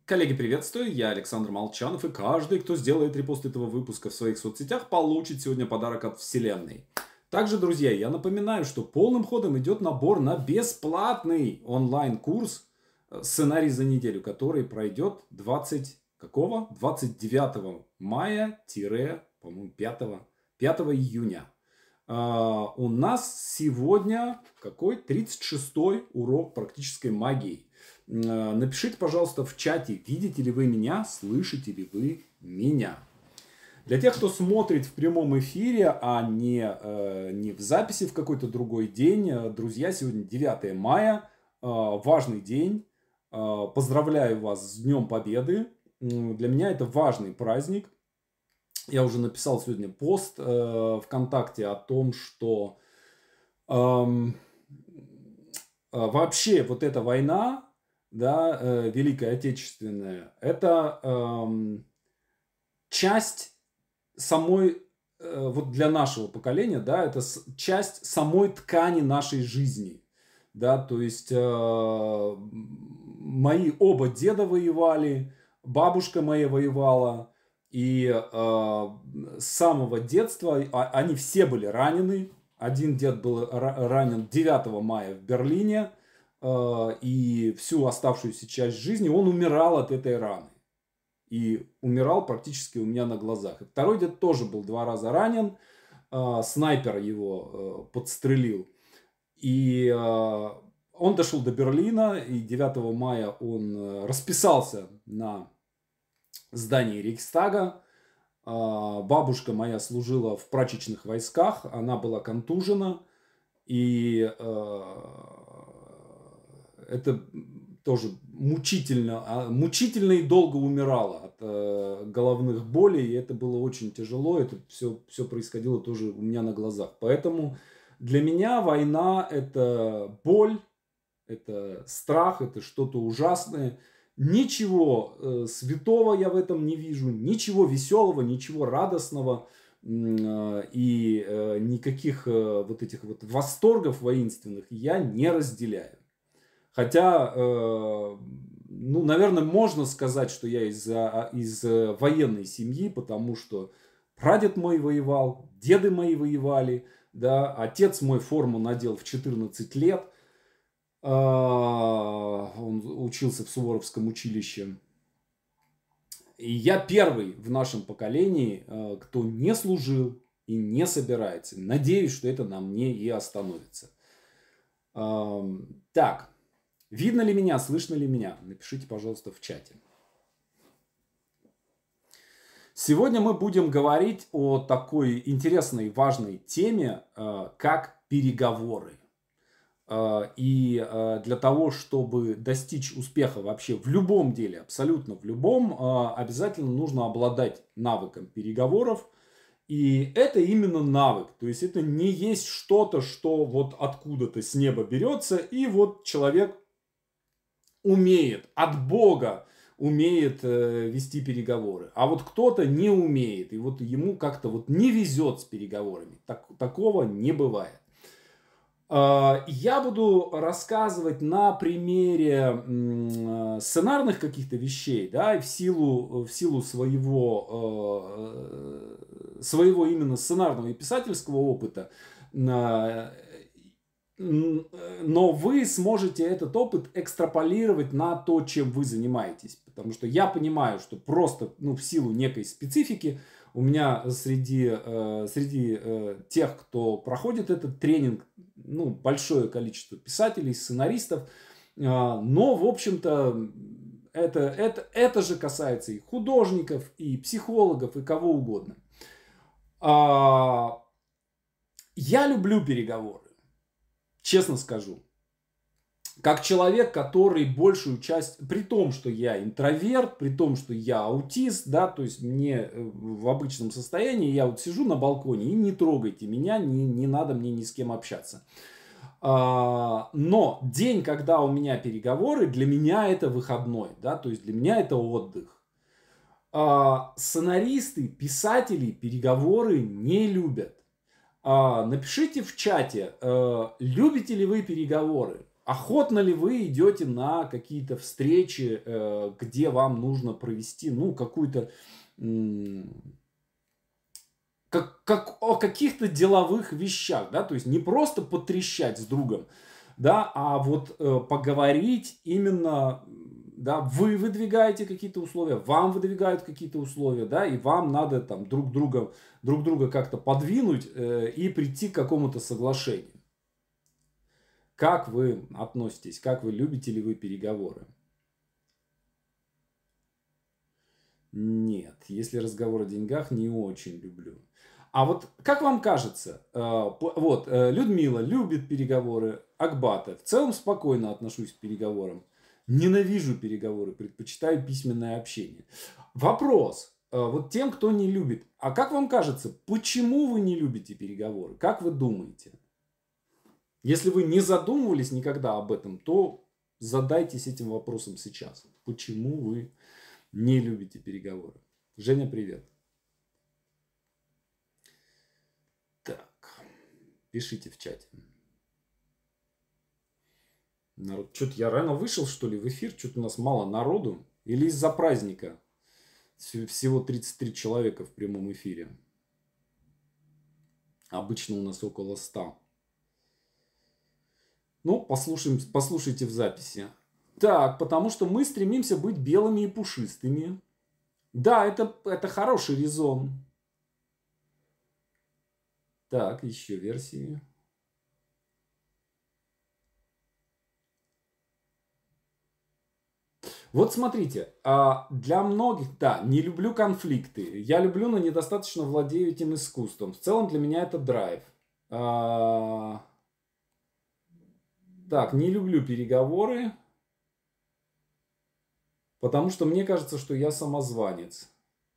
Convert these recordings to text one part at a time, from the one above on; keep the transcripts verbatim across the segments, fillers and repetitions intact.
Коллеги, приветствую, я Александр Молчанов, и каждый, кто сделает репост этого выпуска в своих соцсетях, получит сегодня подарок от Вселенной. Также, друзья, я напоминаю, что полным ходом идет набор на бесплатный онлайн-курс э, «Сценарий за неделю», который пройдет двадцать какого? двадцать девятого мая, по-моему, пятого, пятого июня. А, у нас сегодня какой? тридцать шестой урок практической магии. А, напишите, пожалуйста, в чате, видите ли вы меня, слышите ли вы меня. Для тех, кто смотрит в прямом эфире, а не, э, не в записи в какой-то другой день, э, друзья, сегодня девятое мая, э, важный день. Э, поздравляю вас с Днем Победы. М, Для меня это важный праздник. Я уже написал сегодня пост э, ВКонтакте о том, что эм, э, вообще вот эта война, да, э, Великая Отечественная, это эм, часть самой, э, вот для нашего поколения, да, это с- часть самой ткани нашей жизни. Да, то есть э, м, мои оба деда воевали, бабушка моя воевала, и э, с самого детства а- они все были ранены. Один дед был ра- ранен девятого мая в Берлине, э, и всю оставшуюся часть жизни он умирал от этой раны. И умирал практически у меня на глазах. И второй дед тоже был два раза ранен, э, снайпер его э, подстрелил. И э, он дошел до Берлина, и девятого мая он э, расписался на здании Рейхстага. А, Бабушка моя служила в прачечных войсках, она была контужена, и э, это тоже мучительно, а, мучительно и долго умирала от э, головных болей, и это было очень тяжело, это все, все происходило тоже у меня на глазах. Поэтому для меня война – это боль, это страх, это что-то ужасное. Ничего э, святого я в этом не вижу, ничего веселого, ничего радостного м, э, и э, никаких э, вот этих вот восторгов воинственных я не разделяю. Хотя, э, ну, наверное, можно сказать, что я из, а, из э, военной семьи, потому что прадед мой воевал, деды мои воевали, да, отец мой форму надел в четырнадцать лет. А, Он учился в Суворовском училище. И я первый в нашем поколении, э, кто не служил и не собирается. Надеюсь, что это на мне и остановится. Ам, Так, видно ли меня, слышно ли меня? Напишите, пожалуйста, в чате. Сегодня мы будем говорить о такой интересной, важной теме, э, как переговоры. Э, И э, для того, чтобы достичь успеха вообще в любом деле, абсолютно в любом, э, обязательно нужно обладать навыком переговоров. И это именно навык. То есть это не есть что-то, что вот откуда-то с неба берется, и вот человек умеет, от Бога умеет э, вести переговоры. А вот кто-то не умеет, и вот ему как-то вот не везет с переговорами. Так, такого не бывает. Э, Я буду рассказывать на примере м, э, сценарных каких-то вещей, да, и в силу, в силу своего, э, своего именно сценарного и писательского опыта. э, Н- э, Но вы сможете этот опыт экстраполировать на то, чем вы занимаетесь. Потому что я понимаю, что просто ну, в силу некой специфики у меня среди, э, среди э, тех, кто проходит этот тренинг, ну, большое количество писателей, сценаристов. Э, но, в общем-то, это, это, это же касается и художников, и психологов, и кого угодно. А, я люблю переговоры. Честно скажу, как человек, который большую часть, при том, что я интроверт, при том, что я аутист, да, то есть мне э, в обычном состоянии, я вот сижу на балконе и не трогайте меня, не, не надо мне ни с кем общаться. А, но день, когда у меня переговоры, для меня это выходной, да, то есть для меня это отдых. А, сценаристы, писатели переговоры не любят. А, напишите в чате, э, любите ли вы переговоры? охотно ли вы идете на какие-то встречи, э, где вам нужно провести, ну, какую-то, м, как, как о каких-то деловых вещах, да, то есть не просто потрещать с другом, да, а вот э, поговорить именно, м, да, вы выдвигаете какие-то условия, вам выдвигают какие-то условия, да, и вам надо там друг друга, друг друга как-то подвинуть э, и прийти к какому-то соглашению. Как вы относитесь, как вы любите ли вы переговоры? Нет, если разговор о деньгах, не очень люблю. А вот как вам кажется, э, по- вот э, Людмила любит переговоры, Акбата, в целом спокойно отношусь к переговорам. Ненавижу переговоры, предпочитаю письменное общение. Вопрос, э, вот тем, кто не любит, а как вам кажется, почему вы не любите переговоры? Как вы думаете? Если вы не задумывались никогда об этом, то задайтесь этим вопросом сейчас. Почему вы не любите переговоры? Женя, привет. Так, пишите в чате. Народ, что-то я рано вышел, что ли, в эфир? Что-то у нас мало народу. Или из-за праздника? Всего тридцать три человека в прямом эфире. Обычно у нас около ста. Ну, послушаем, послушайте в записи. Так, потому что мы стремимся быть белыми и пушистыми. Да, это, это хороший резон. Так, еще версии. Вот смотрите, а, для многих, да, не люблю конфликты. Я люблю, но недостаточно владею этим искусством. В целом для меня это драйв. А, Так, не люблю переговоры, потому что мне кажется, что я самозванец.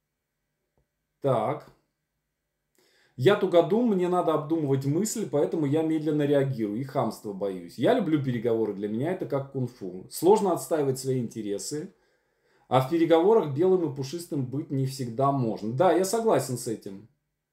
Так. Я тугодум, мне надо обдумывать мысли, поэтому я медленно реагирую и хамства боюсь. Я люблю переговоры, для меня это как кунг-фу. Сложно отстаивать свои интересы, а в переговорах белым и пушистым быть не всегда можно. Да, я согласен с этим.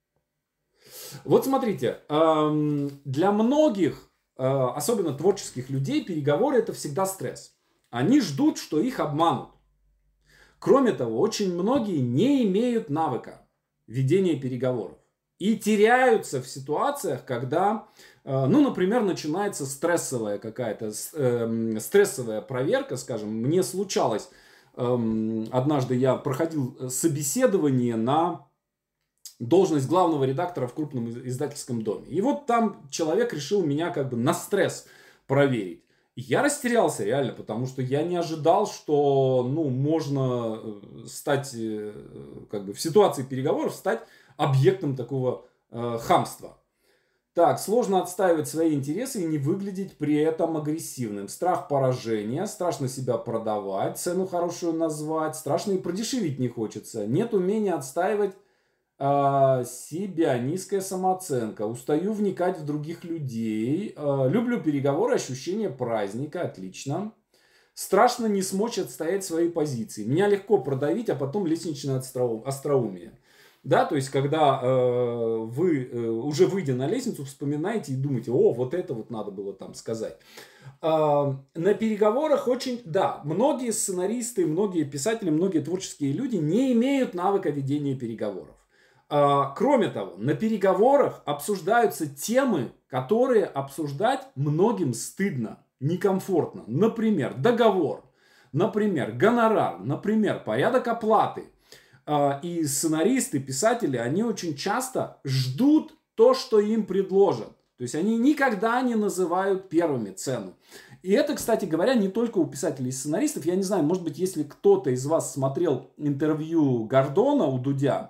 Вот смотрите, эм, для многих, э, особенно творческих людей, переговоры это всегда стресс. Они ждут, что их обманут. Кроме того, очень многие не имеют навыка ведения переговоров и теряются в ситуациях, когда, э, ну, например, начинается стрессовая какая-то э, стрессовая проверка, скажем, мне случалось, э, однажды я проходил собеседование на должность главного редактора в крупном издательском доме. И вот там человек решил меня как бы на стресс проверить. И я растерялся реально, потому что я не ожидал, что ну, можно стать, как бы в ситуации переговоров, стать объектом такого э, хамства. Так, сложно отстаивать свои интересы и не выглядеть при этом агрессивным. Страх поражения, страшно себя продавать, цену хорошую назвать, страшно и продешевить не хочется. Нет умения отстаивать а, себя, низкая самооценка, устаю вникать в других людей, а, люблю переговоры, ощущение праздника, отлично. Страшно не смочь отстоять свои позиции. Меня легко продавить, а потом лестничное остроум- остроумие. Да, то есть, когда э, вы, э, уже выйдя на лестницу, вспоминаете и думаете, о, вот это вот надо было там сказать. А, на переговорах очень, да, многие сценаристы, многие писатели, многие творческие люди не имеют навыка ведения переговоров. А, кроме того, на переговорах обсуждаются темы, которые обсуждать многим стыдно, некомфортно. Например, договор, например, гонорар, например, порядок оплаты. А, и сценаристы, писатели, они очень часто ждут то, что им предложат. То есть они никогда не называют первыми цену. И это, кстати говоря, не только у писателей и сценаристов. Я не знаю, может быть, если кто-то из вас смотрел интервью Гордона у Дудя,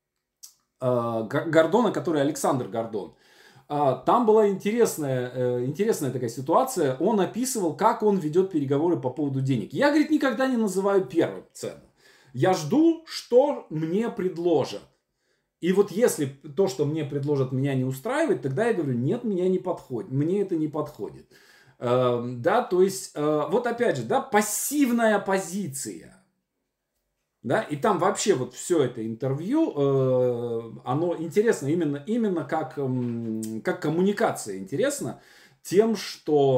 Гордона, который Александр Гордон, там была интересная, интересная такая ситуация. Он описывал, как он ведет переговоры по поводу денег. Я, говорит, никогда не называю первым цену. Я жду, что мне предложат. И вот если то, что мне предложат, меня не устраивает, тогда я говорю, нет, меня не подходит, мне это не подходит. Э, да, то есть, э, вот опять же, да, пассивная позиция. Да, и там вообще вот все это интервью, э, оно интересно именно, именно как, э, как коммуникация интересно тем, что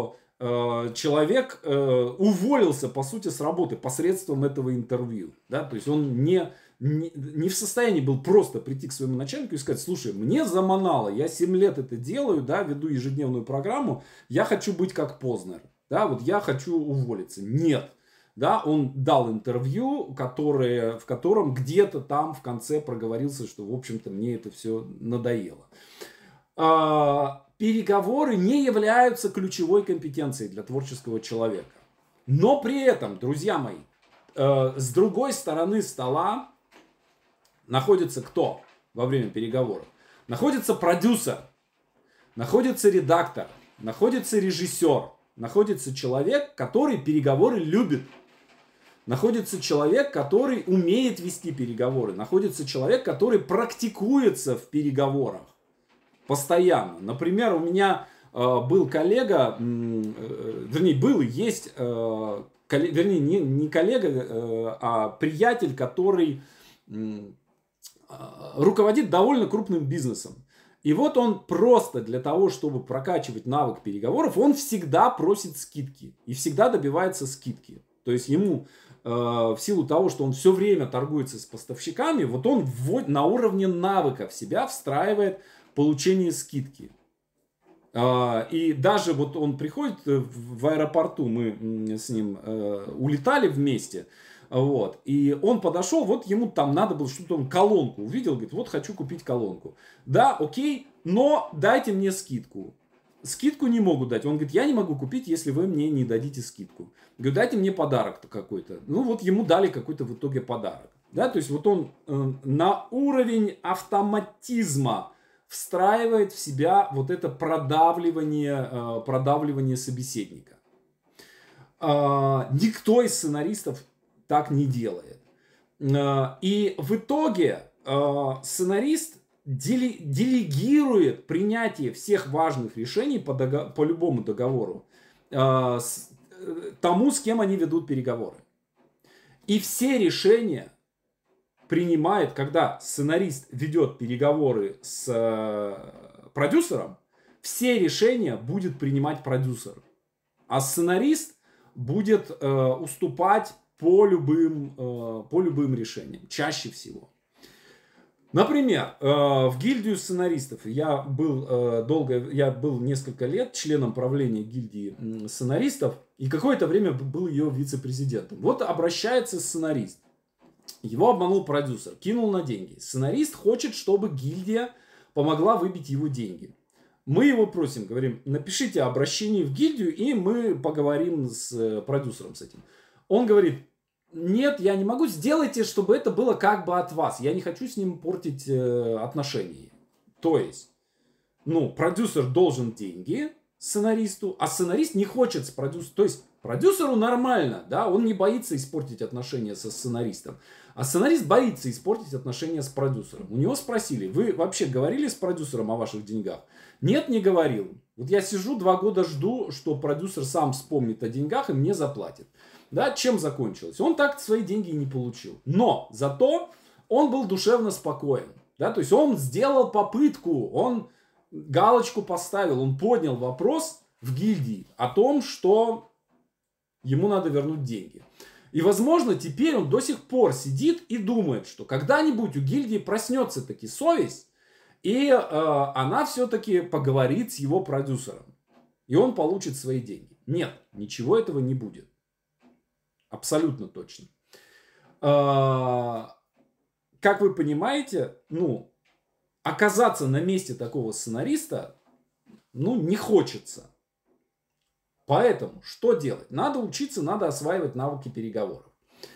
э, человек э, уволился, по сути, с работы посредством этого интервью. Да? То есть он не, не, не в состоянии был просто прийти к своему начальнику и сказать: слушай, мне заманало, я семь лет это делаю, да, веду ежедневную программу, я хочу быть как Познер, да, вот я хочу уволиться. Нет. Да, он дал интервью, которое, в котором где-то там в конце проговорился, что, в общем-то, мне это все надоело. А, переговоры не являются ключевой компетенцией для творческого человека. Но при этом, друзья мои, э, с другой стороны стола находится кто во время переговоров? Находится продюсер, находится редактор, находится режиссер, находится человек, который переговоры любит. Находится человек, который умеет вести переговоры. Находится человек, который практикуется в переговорах постоянно. Например, у меня э, был коллега, э, вернее, был и есть, э, коллег, вернее, не, не коллега, э, а приятель, который э, руководит довольно крупным бизнесом. И вот он просто для того, чтобы прокачивать навык переговоров, он всегда просит скидки. И всегда добивается скидки. То есть ему... в силу того, что он все время торгуется с поставщиками, вот он вводит, на уровне навыка в себя встраивает получение скидки. И даже вот он приходит в аэропорту, мы с ним улетали вместе, вот, и он подошел, вот ему там надо было что-то, он колонку увидел, говорит: вот хочу купить колонку. Да, окей, но дайте мне скидку. Скидку не могут дать. Он говорит: я не могу купить, если вы мне не дадите скидку. Говорю: дайте мне подарок-то какой-то. Ну вот ему дали какой-то в итоге подарок. Да, то есть вот он э, на уровень автоматизма встраивает в себя вот это продавливание, э, продавливание собеседника. Э, никто из сценаристов так не делает. Э, и в итоге э, сценарист делегирует принятие всех важных решений по, дого- по любому договору э, с, э, тому, с кем они ведут переговоры. И все решения принимает, когда сценарист ведет переговоры с э, продюсером, все решения будет принимать продюсер. А сценарист будет э, уступать по любым, э, по любым решениям, чаще всего. Например, в гильдию сценаристов я был долго, я был несколько лет членом правления гильдии сценаристов и какое-то время был ее вице-президентом. Вот обращается сценарист. Его обманул продюсер, кинул на деньги. Сценарист хочет, чтобы гильдия помогла выбить его деньги. Мы его просим, говорим: напишите обращение в гильдию, и мы поговорим с продюсером с этим. Он говорит: нет, я не могу, сделайте, чтобы это было как бы от вас. Я не хочу с ним портить э, отношения. То есть, ну, продюсер должен деньги сценаристу, а сценарист не хочет с продюсером. То есть, продюсеру нормально, да, он не боится испортить отношения со сценаристом. А сценарист боится испортить отношения с продюсером. У него спросили: вы вообще говорили с продюсером о ваших деньгах? Нет, не говорил. Вот я сижу два года, жду, что продюсер сам вспомнит о деньгах и мне заплатит. Да, чем закончилось? Он так свои деньги не получил. Но зато он был душевно спокоен. Да, то есть он сделал попытку, он галочку поставил, он поднял вопрос в гильдии о том, что ему надо вернуть деньги. И, возможно, теперь он до сих пор сидит и думает, что когда-нибудь у гильдии проснется таки совесть, и э, она все-таки поговорит с его продюсером. И он получит свои деньги. Нет, ничего этого не будет. Абсолютно точно. Как вы понимаете, ну, оказаться на месте такого сценариста, ну, не хочется. Поэтому что делать? Надо учиться, надо осваивать навыки переговоров.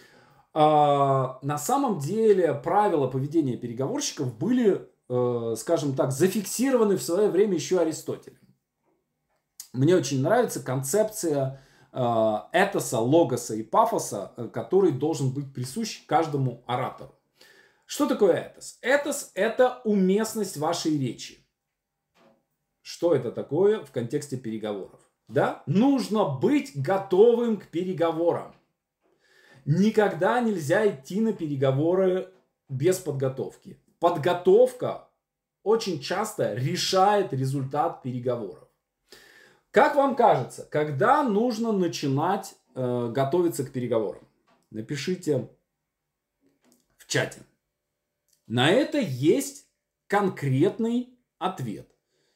На самом деле правила поведения переговорщиков были, скажем так, зафиксированы в свое время еще Аристотелем. Мне очень нравится концепция этоса, логоса и пафоса, который должен быть присущ каждому оратору. Что такое этос? Этос – это уместность вашей речи. Что это такое в контексте переговоров? Да? Нужно быть готовым к переговорам. Никогда нельзя идти на переговоры без подготовки. Подготовка очень часто решает результат переговоров. Как вам кажется, когда нужно начинать э, готовиться к переговорам? Напишите в чате. На это есть конкретный ответ.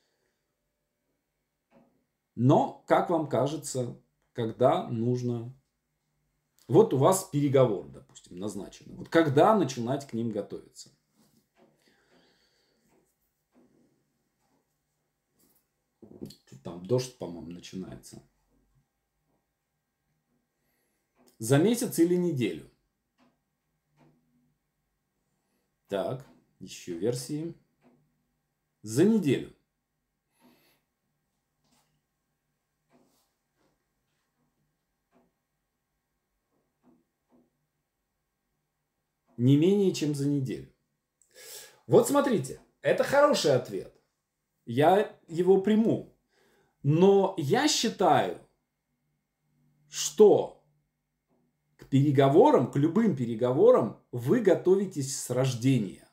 Но, как вам кажется, когда нужно... Вот у вас переговор, допустим, назначен. Вот когда начинать к ним готовиться? Там дождь, по-моему, начинается. За месяц или неделю? Так, еще версии. За неделю. Не менее чем за неделю. Вот смотрите, это хороший ответ. Я его приму. Но я считаю, что к переговорам, к любым переговорам вы готовитесь с рождения.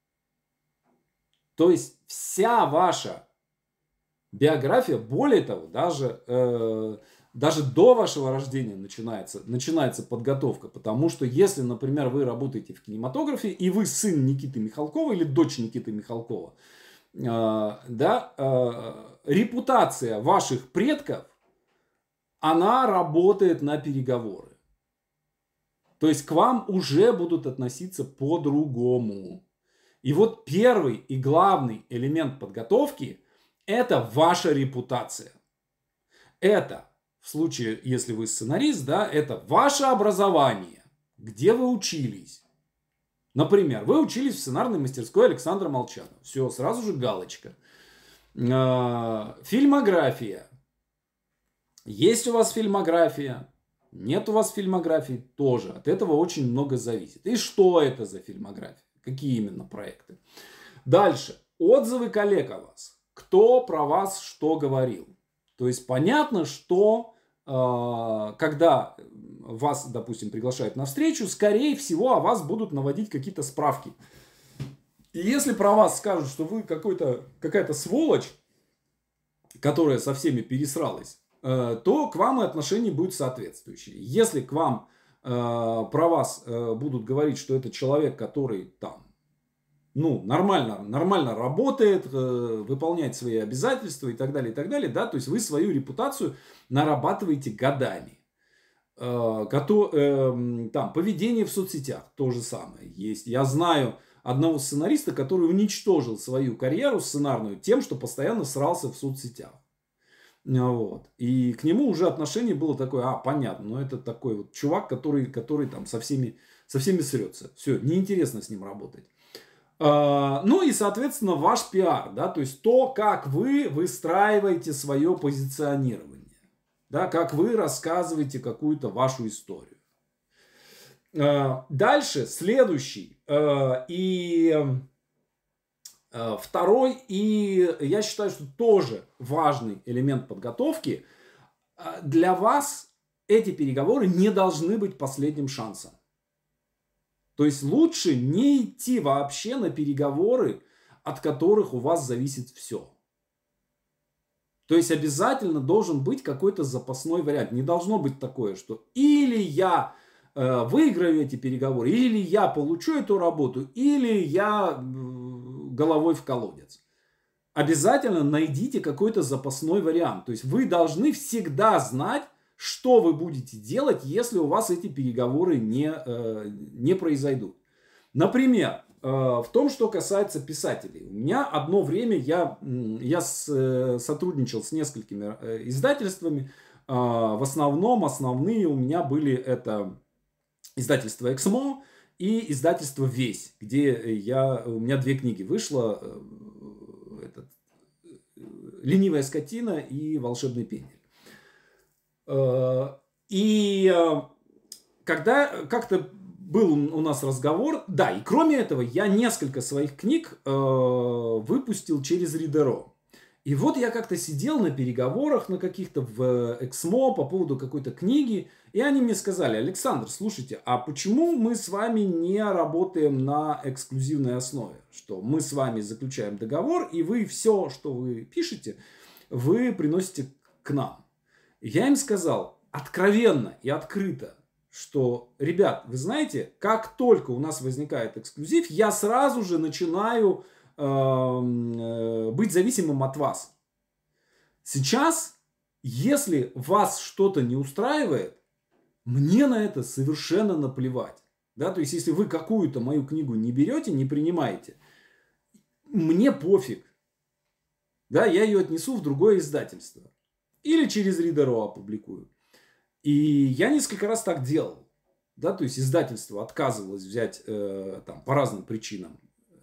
То есть вся ваша биография, более того, даже, э, даже до вашего рождения начинается, начинается подготовка. Потому что если, например, вы работаете в кинематографе, и вы сын Никиты Михалкова или дочь Никиты Михалкова, э, да, э, репутация ваших предков, она работает на переговоры. То есть к вам уже будут относиться по-другому. И вот первый и главный элемент подготовки – это ваша репутация. Это, в случае, если вы сценарист, да, это ваше образование, где вы учились. Например, вы учились в сценарной мастерской Александра Молчанова. Все, сразу же галочка. Фильмография. Есть у вас фильмография? Нет у вас фильмографии? Тоже. От этого очень много зависит. И что это за фильмография? Какие именно проекты? Дальше. Отзывы коллег о вас. Кто про вас что говорил? То есть понятно, что э, когда вас, допустим, приглашают на встречу, скорее всего о вас будут наводить какие-то справки. И если про вас скажут, что вы какой-то, какая-то сволочь, которая со всеми пересралась, э, то к вам и отношение будет соответствующее. Если к вам э, про вас э, будут говорить, что это человек, который там, ну, нормально, нормально работает, э, выполняет свои обязательства и так далее, и так далее, да, то есть вы свою репутацию нарабатываете годами. Э, кото, э, там, поведение в соцсетях, то же самое есть. Я знаю одного сценариста, который уничтожил свою карьеру сценарную тем, что постоянно срался в соцсетях. Вот. И к нему уже отношение было такое, а, понятно, но это такой вот чувак, который, который там со всеми, со всеми срется. Все, неинтересно с ним работать. Ну и, соответственно, ваш пиар, да, то есть то, как вы выстраиваете свое позиционирование, да, как вы рассказываете какую-то вашу историю. Дальше, следующий и второй, и я считаю, что тоже важный элемент подготовки, для вас эти переговоры не должны быть последним шансом. То есть лучше не идти вообще на переговоры, от которых у вас зависит все. То есть обязательно должен быть какой-то запасной вариант. Не должно быть такое, что или я э, выиграю эти переговоры, или я получу эту работу, или я э, головой в колодец. Обязательно найдите какой-то запасной вариант. То есть вы должны всегда знать, что вы будете делать, если у вас эти переговоры не, э, не произойдут. Например, э, в том, что касается писателей. У меня одно время я, я с, э, сотрудничал с несколькими э, издательствами. Э, в основном основные у меня были это издательство «Эксмо» и издательство «Весь», где я, у меня две книги вышло. Э, этот, «Ленивая скотина» и «Волшебный пендель». И когда как-то был у нас разговор, да, и кроме этого я несколько своих книг выпустил через Ридеро. И вот я как-то сидел на переговорах на каких-то в Эксмо по поводу какой-то книги, и они мне сказали: Александр, слушайте, а почему мы с вами не работаем на эксклюзивной основе? Что мы с вами заключаем договор, и вы все, что вы пишете, вы приносите к нам. Я им сказал откровенно и открыто, что, ребят, вы знаете, как только у нас возникает эксклюзив, я сразу же начинаю э, э, быть зависимым от вас. Сейчас, если вас что-то не устраивает, мне на это совершенно наплевать. Да? То есть, если вы какую-то мою книгу не берете, не принимаете, мне пофиг. Да, я ее отнесу в другое издательство. Или через Reader.ru опубликую. И я несколько раз так делал. Да, то есть издательство отказывалось взять э, там, по разным причинам.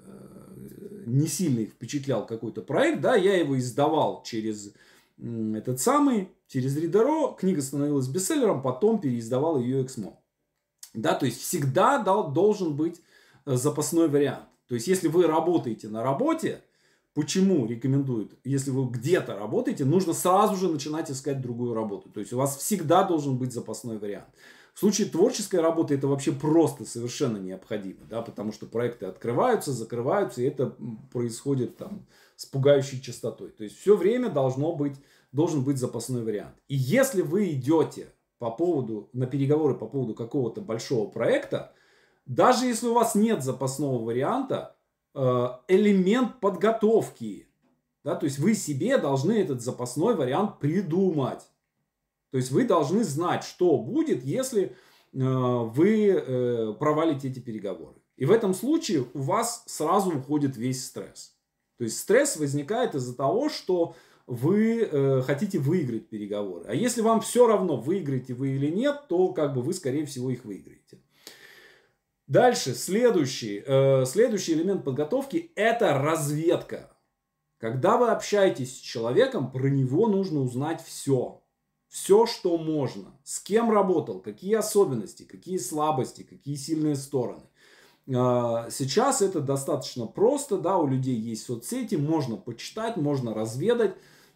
Э, не сильно их впечатлял какой-то проект. Да, я его издавал через э, этот самый, через Reader.ru. Книга становилась бестселлером, потом переиздавал ее Эксмо. Да, то есть всегда дал, должен быть запасной вариант. То есть если вы работаете на работе, почему рекомендуют, если вы где-то работаете, нужно сразу же начинать искать другую работу. То есть у вас всегда должен быть запасной вариант. В случае творческой работы это вообще просто совершенно необходимо, да, потому что проекты открываются, закрываются, и это происходит там с пугающей частотой. То есть все время должно быть, должен быть запасной вариант. И если вы идете по поводу, на переговоры по поводу какого-то большого проекта, даже если у вас нет запасного варианта, элемент подготовки. Да, то есть вы себе должны этот запасной вариант придумать. То есть вы должны знать, что будет, если э, вы э, провалите эти переговоры. И в этом случае у вас сразу уходит весь стресс. То есть стресс возникает из-за того, что вы э, хотите выиграть переговоры. А если вам все равно, выиграете вы или нет, то как бы вы, скорее всего, их выиграете. Дальше, следующий, э, следующий элемент подготовки – это разведка. Когда вы общаетесь с человеком, про него нужно узнать все. Все, что можно. С кем работал, какие особенности, какие слабости, какие сильные стороны. Э, сейчас это достаточно просто, да, у людей есть соцсети, можно почитать, можно разведать.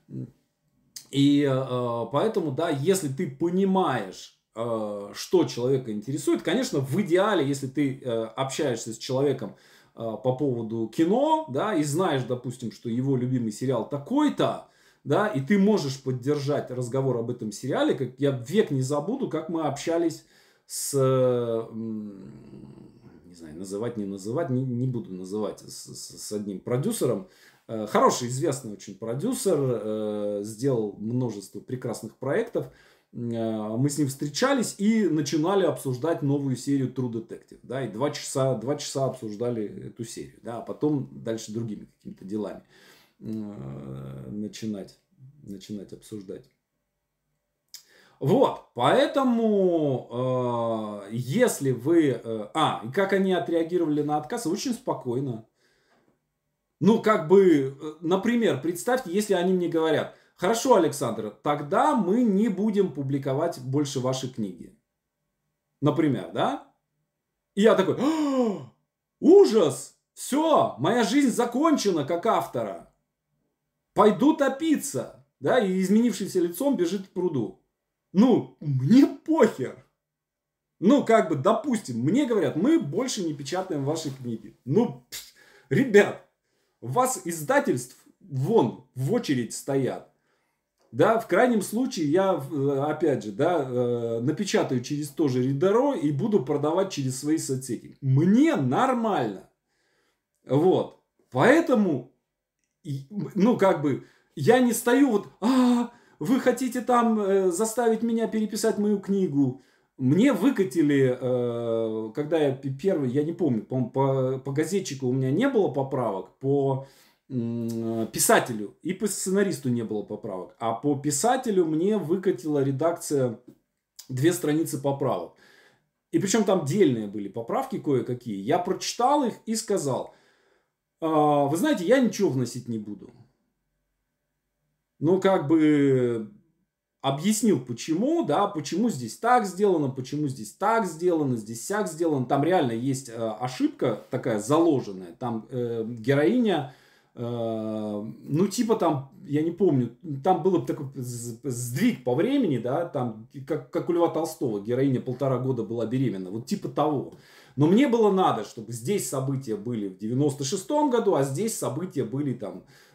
И э, поэтому, да, если ты понимаешь, что человека интересует. Конечно, в идеале, если ты э, общаешься с человеком э, по поводу кино, да, и знаешь, допустим, что его любимый сериал такой-то, да, и ты можешь поддержать разговор об этом сериале, как я век не забуду, как мы общались с, э, не знаю, называть, не называть, не, не буду называть, с, с, с одним продюсером. Э, хороший, известный очень продюсер, э, сделал множество прекрасных проектов. Мы с ним встречались и начинали обсуждать новую серию True Detective. Да, и два часа, два часа обсуждали эту серию. Да, а потом дальше другими какими-то делами начинать, начинать обсуждать. Вот, поэтому, если вы... А, и как они отреагировали на отказ? Очень спокойно. Ну, как бы, например, представьте, если они мне говорят... Хорошо, Александр, тогда мы не будем публиковать больше ваши книги. Например, да? И я такой, ужас! Все, моя жизнь закончена как автора. Пойду топиться. Да, и изменившимся лицом бежит к пруду. Ну, мне похер. Ну, как бы, допустим, мне говорят, мы больше не печатаем ваши книги. Ну, пф, ребят, у вас издательств вон в очередь стоят. Да, в крайнем случае я, опять же, да, напечатаю через тоже Reader.ru и буду продавать через свои соцсети. Мне нормально. Вот. Поэтому, ну, как бы, я не стою вот, а, вы хотите там заставить меня переписать мою книгу. Мне выкатили, когда я первый, я не помню, по, по, по газетчику у меня не было поправок, по... писателю и по сценаристу не было поправок, а по писателю мне выкатила редакция две страницы поправок. И причем там дельные были поправки кое-какие. Я прочитал их и сказал, вы знаете, я ничего вносить не буду. Ну, как бы объяснил, почему, да, почему здесь так сделано, почему здесь так сделано, здесь сяк сделано. Там реально есть ошибка такая заложенная. Там э, героиня... Ну, типа там, я не помню, там был такой сдвиг по времени, да, там, как, как у Льва Толстого, героиня полтора года была беременна, вот типа того. Но мне было надо, чтобы здесь события были в девяносто шестом году, а здесь события были там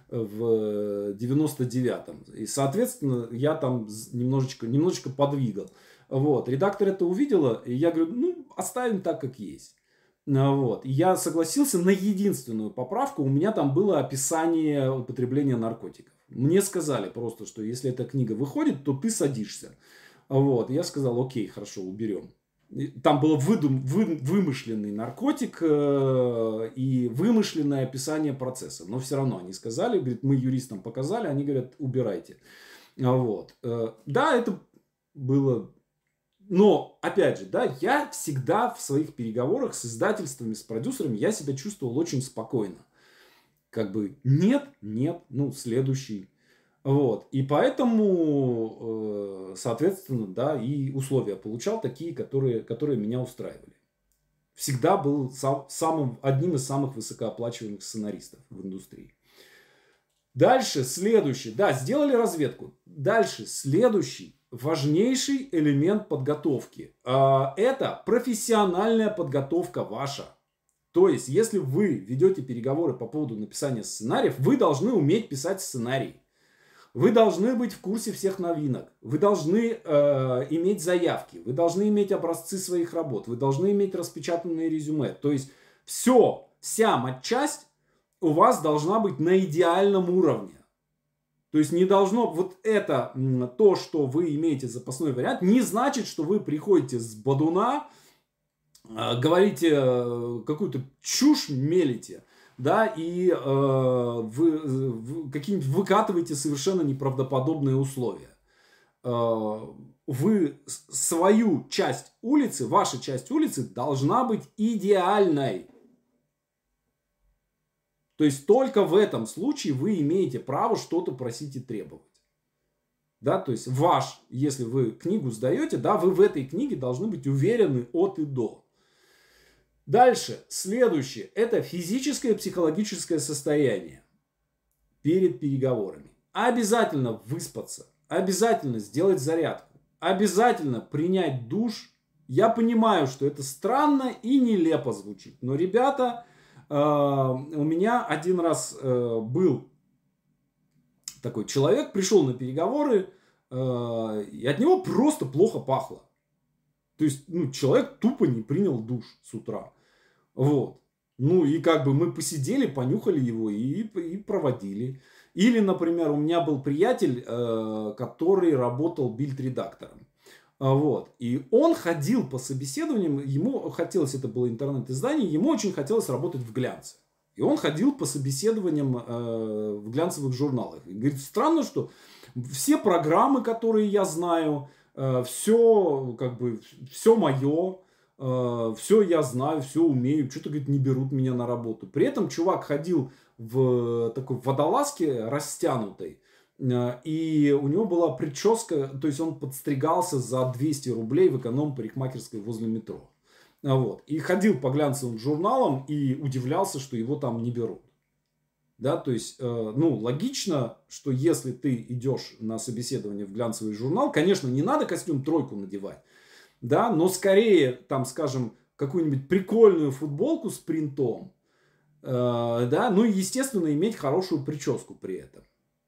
в девяносто девятом. И, соответственно, я там немножечко, немножечко подвигал. Вот. Редактор это увидела, и я говорю, ну, оставим так, как есть. Вот. И я согласился на единственную поправку. У меня там было описание употребления наркотиков. Мне сказали просто, что если эта книга выходит, то ты садишься. Вот. И я сказал, окей, хорошо, уберем. Там был выдум, вы, вымышленный наркотик э, и вымышленное описание процесса. Но все равно они сказали, говорит, мы юристам показали, они говорят, убирайте. Вот. Э, да, это было... Но, опять же, да, я всегда в своих переговорах с издательствами, с продюсерами, я себя чувствовал очень спокойно. Как бы нет, нет, ну, следующий. Вот. И поэтому, соответственно, да, и условия получал такие, которые, которые меня устраивали. Всегда был сам, самым, одним из самых высокооплачиваемых сценаристов в индустрии. Дальше, следующий. Да, сделали разведку. Дальше, следующий. Важнейший элемент подготовки. Это профессиональная подготовка ваша. То есть, если вы ведете переговоры по поводу написания сценариев, вы должны уметь писать сценарий. Вы должны быть в курсе всех новинок. Вы должны э, иметь заявки. Вы должны иметь образцы своих работ. Вы должны иметь распечатанные резюме. То есть, все, вся матчасть у вас должна быть на идеальном уровне. То есть не должно, вот это, то, что вы имеете запасной вариант, не значит, что вы приходите с бадуна, говорите какую-то чушь, мелите, да, и э, вы, вы какие-нибудь выкатываете совершенно неправдоподобные условия. Э, вы свою часть улицы, ваша часть улицы должна быть идеальной. То есть только в этом случае вы имеете право что-то просить и требовать. Да, то есть ваш, если вы книгу сдаете, да, вы в этой книге должны быть уверены от и до. Дальше, следующее, это физическое и психологическое состояние перед переговорами. Обязательно выспаться, обязательно сделать зарядку, обязательно принять душ. Я понимаю, что это странно и нелепо звучит, но, ребята... У меня один раз был такой человек, пришел на переговоры, и от него просто плохо пахло. То есть, ну, человек тупо не принял душ с утра. Вот. Ну, и как бы мы посидели, понюхали его и, и проводили. Или, например, у меня был приятель, который работал бильд-редактором. Вот. И он ходил по собеседованиям, ему хотелось, это было интернет-издание, ему очень хотелось работать в глянце. И он ходил по собеседованиям э, в глянцевых журналах. И говорит, странно, что все программы, которые я знаю, э, все, как бы, все мое, э, все я знаю, все умею, что-то, говорит, не берут меня на работу. При этом чувак ходил в такой водолазке растянутой, и у него была прическа, то есть он подстригался за двести рублей в эконом-парикмахерской возле метро. Вот. И ходил по глянцевым журналам и удивлялся, что его там не берут. Да, то есть, э, ну, логично, что если ты идешь на собеседование в глянцевый журнал, конечно, не надо костюм тройку надевать, да, но скорее, там, скажем, какую-нибудь прикольную футболку с принтом, э, да, ну и, естественно, иметь хорошую прическу при этом.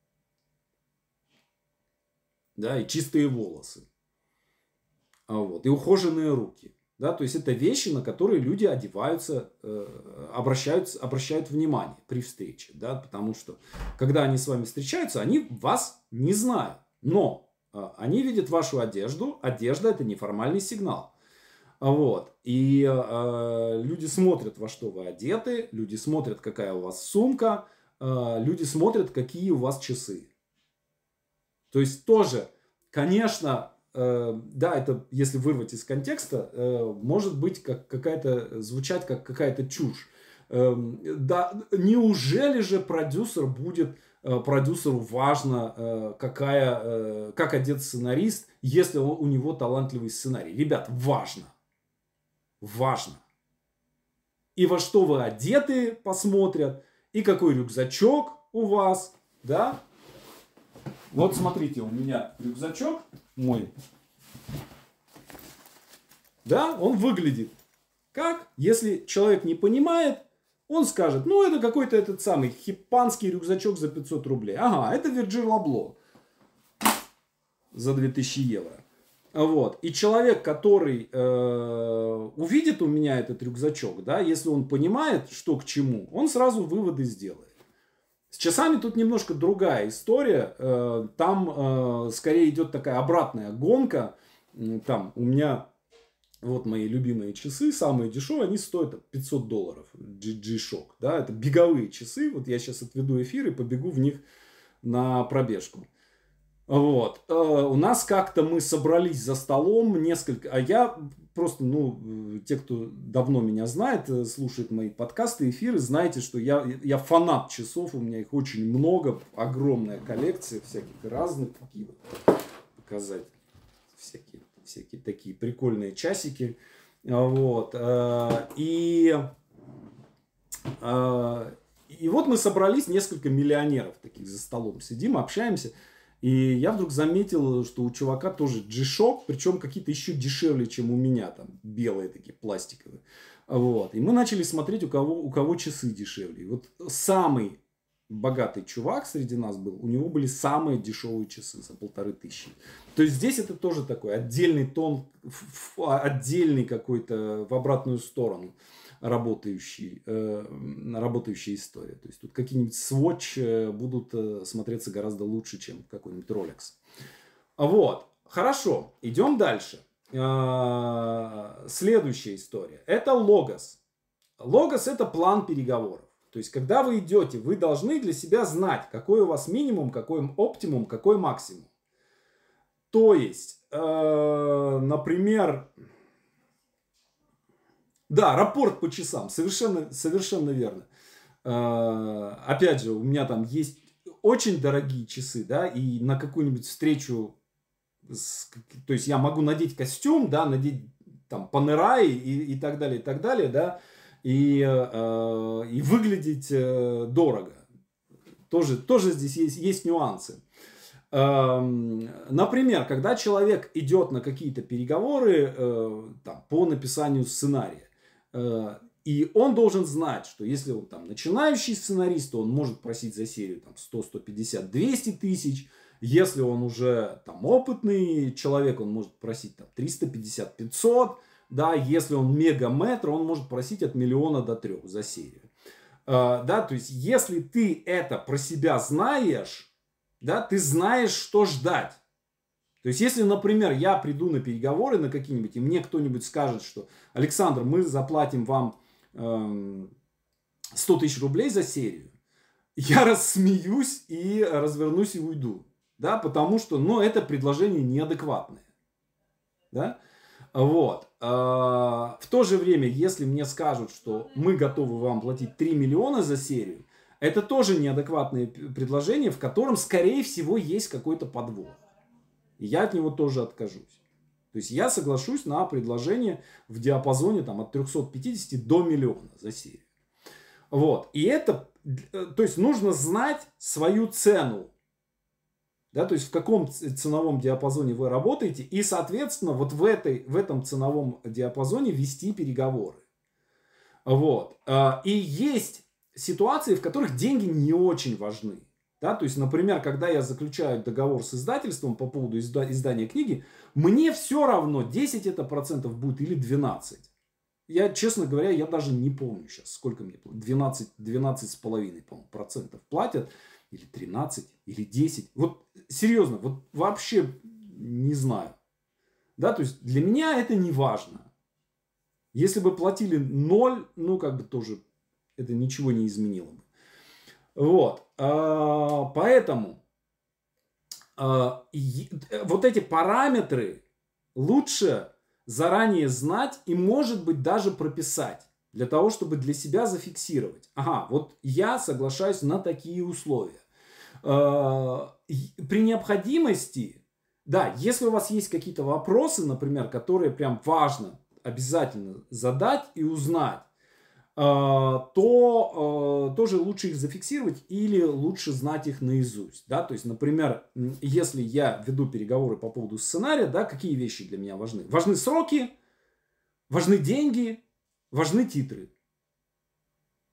Да, и чистые волосы. Вот, и ухоженные руки. Да, то есть это вещи, на которые люди одеваются, э, обращают, обращают внимание при встрече. Да, потому что, когда они с вами встречаются, они вас не знают. Но э, они видят вашу одежду. Одежда – это неформальный сигнал. Вот. И э, люди смотрят, во что вы одеты. Люди смотрят, какая у вас сумка. Э, люди смотрят, какие у вас часы. То есть тоже, конечно, э, да, это если вырвать из контекста, э, может быть как какая-то, звучать как какая-то чушь. Э, да, неужели же продюсер будет, э, продюсеру важно, э, какая, э, как одет сценарист, если он, у него талантливый сценарий? Ребят, важно. Важно. И во что вы одеты, посмотрят, и какой рюкзачок у вас, да? Вот смотрите, у меня рюкзачок мой. Да, он выглядит как, если человек не понимает, Он скажет, ну, это какой-то этот самый хипанский рюкзачок за пятьсот рублей. Ага, это Virgil Abloh за две тысячи евро. Вот. И человек, который э, увидит у меня этот рюкзачок, да, если он понимает, что к чему, он сразу выводы сделает. С часами тут немножко другая история. Э, там э, скорее идет такая обратная гонка. Там у меня вот мои любимые часы, самые дешевые, они стоят пятьсот долларов. G-Shock. Да, это беговые часы. Вот я сейчас отведу эфир и побегу в них на пробежку. Вот. У нас как-то мы собрались за столом несколько... А я просто, ну, те, кто давно меня знает, слушает мои подкасты, эфиры, знаете, что я, я фанат часов, у меня их очень много, огромная коллекция всяких разных. Какие вот показать? Всякие, всякие такие прикольные часики. Вот. И... И вот мы собрались, несколько миллионеров таких за столом сидим, общаемся. И я вдруг заметил, что у чувака тоже G-Shock, причем какие-то еще дешевле, чем у меня, там белые такие, пластиковые. Вот. И мы начали смотреть, у кого, у кого часы дешевле. И вот самый богатый чувак среди нас был, у него были самые дешевые часы за полторы тысячи. То есть здесь это тоже такой отдельный тон, отдельный какой-то в обратную сторону работающий, э, работающая история. То есть тут какие-нибудь Swatch будут э, смотреться гораздо лучше, чем какой-нибудь Rolex. Вот. Хорошо. Идем дальше. Э, следующая история. Это логос. Логос это план переговоров. То есть когда вы идете, вы должны для себя знать, какой у вас минимум, какой оптимум, какой максимум. То есть, э, например... Да, рапорт по часам, совершенно, совершенно верно. Э, опять же, у меня там есть очень дорогие часы, да, и на какую-нибудь встречу, с, то есть я могу надеть костюм, да, надеть там панераи и, и так далее, и так далее, да, и, э, и выглядеть э, дорого. Тоже, тоже здесь есть, есть нюансы. Например, когда человек идет на какие-то переговоры э, там, по написанию сценария, э, и он должен знать, что если он там начинающий сценарист, то он может просить за серию там, сто, сто пятьдесят, двести тысяч. Если он уже там, опытный человек, он может просить там, триста пятьдесят, пятьсот. Да, если он мегаметр, он может просить от миллиона до трех за серию. Э, да, то есть, если ты это про себя знаешь, да, ты знаешь, что ждать. То есть, если, например, я приду на переговоры на какие-нибудь, и мне кто-нибудь скажет, что Александр, мы заплатим вам э, сто тысяч рублей за серию, я рассмеюсь и развернусь и уйду. Да, потому что, ну, это предложение неадекватное. Да? Вот. В то же время, если мне скажут, что мы готовы вам платить три миллиона за серию, это тоже неадекватное предложение, в котором, скорее всего, есть какой-то подвох. И я от него тоже откажусь. То есть я соглашусь на предложение в диапазоне там, от трёхсот пятидесяти до миллиона за серию. Вот. И это, то есть нужно знать свою цену. Да, то есть в каком ценовом диапазоне вы работаете. И, соответственно, вот в, этой, в этом ценовом диапазоне вести переговоры. Вот. И есть ситуации, в которых деньги не очень важны. Да? То есть, например, когда я заключаю договор с издательством по поводу изда- издания книги, мне все равно, десять это процентов будет или двенадцать. Я, честно говоря, я даже не помню сейчас, сколько мне платят. двенадцать, двенадцать с половиной, по-моему, процентов платят. Или тринадцать, или десять. Вот серьезно, вот вообще не знаю. Да, то есть для меня это не важно. Если бы платили ноль, ну как бы тоже это ничего не изменило бы. Вот. Поэтому вот эти параметры лучше заранее знать и, может быть, даже прописать. Для того, чтобы для себя зафиксировать. Ага, вот я соглашаюсь на такие условия. При необходимости, да, если у вас есть какие-то вопросы, например, которые прям важно обязательно задать и узнать, то тоже лучше их зафиксировать или лучше знать их наизусть. Да? То есть, например, если я веду переговоры по поводу сценария, да, какие вещи для меня важны? Важны сроки, важны деньги, важны титры.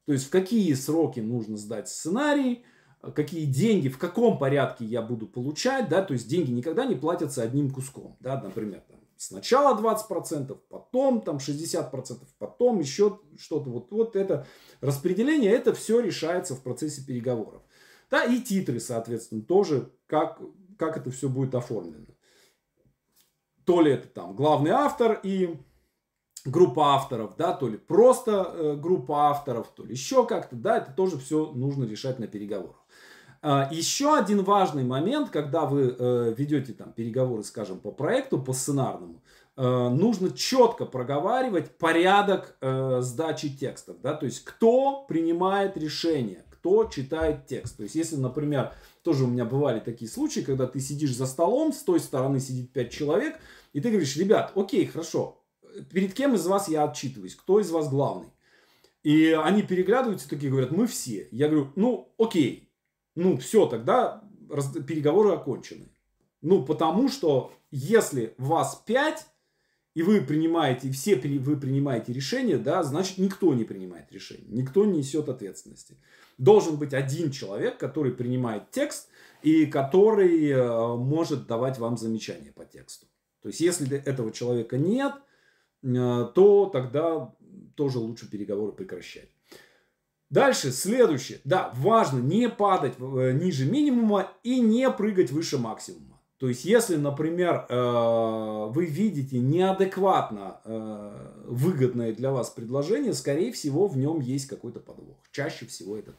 То есть в какие сроки нужно сдать сценарий, какие деньги, в каком порядке я буду получать, да, то есть деньги никогда не платятся одним куском, да, например, там, сначала двадцать процентов, потом там шестьдесят процентов, потом еще что-то, вот, вот это распределение, это все решается в процессе переговоров. Да, и титры, соответственно, тоже, как, как это все будет оформлено. То ли это там главный автор и группа авторов, да, то ли просто э, группа авторов, то ли еще как-то, да, это тоже все нужно решать на переговорах. А, еще один важный момент, когда вы э, ведете там переговоры, скажем, по проекту, по сценарному, э, нужно четко проговаривать порядок э, сдачи текстов, да, то есть кто принимает решение, кто читает текст. То есть если, например, тоже у меня бывали такие случаи, когда ты сидишь за столом, с той стороны сидит пять человек, и ты говоришь: ребят, окей, хорошо, перед кем из вас я отчитываюсь? Кто из вас главный? И они переглядываются, такие говорят: мы все. Я говорю: ну, окей. Ну, все, тогда раз, переговоры окончены. Ну, потому что если вас пять, и вы принимаете, все вы принимаете решение, да, значит, никто не принимает решение. Никто не несет ответственности. Должен быть один человек, который принимает текст и который э, может давать вам замечания по тексту. То есть, если этого человека нет, то тогда тоже лучше переговоры прекращать. Дальше, следующее. Да, важно не падать ниже минимума и не прыгать выше максимума. То есть, если, например, вы видите неадекватно выгодное для вас предложение, скорее всего, в нем есть какой-то подвох. Чаще всего это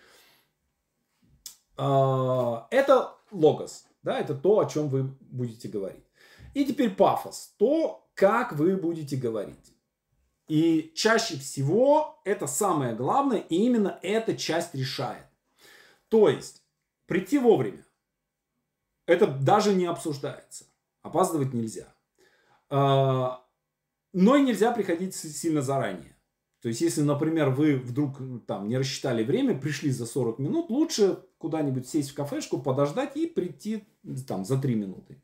так. Это логос. Да, это то, о чем вы будете говорить. И теперь пафос. То, как вы будете говорить. И чаще всего это самое главное, и именно эта часть решает. То есть прийти вовремя. Это даже не обсуждается. Опаздывать нельзя. Но и нельзя приходить сильно заранее. То есть если, например, вы вдруг там не рассчитали время, пришли за сорок минут, лучше куда-нибудь сесть в кафешку, подождать и прийти там за три минуты.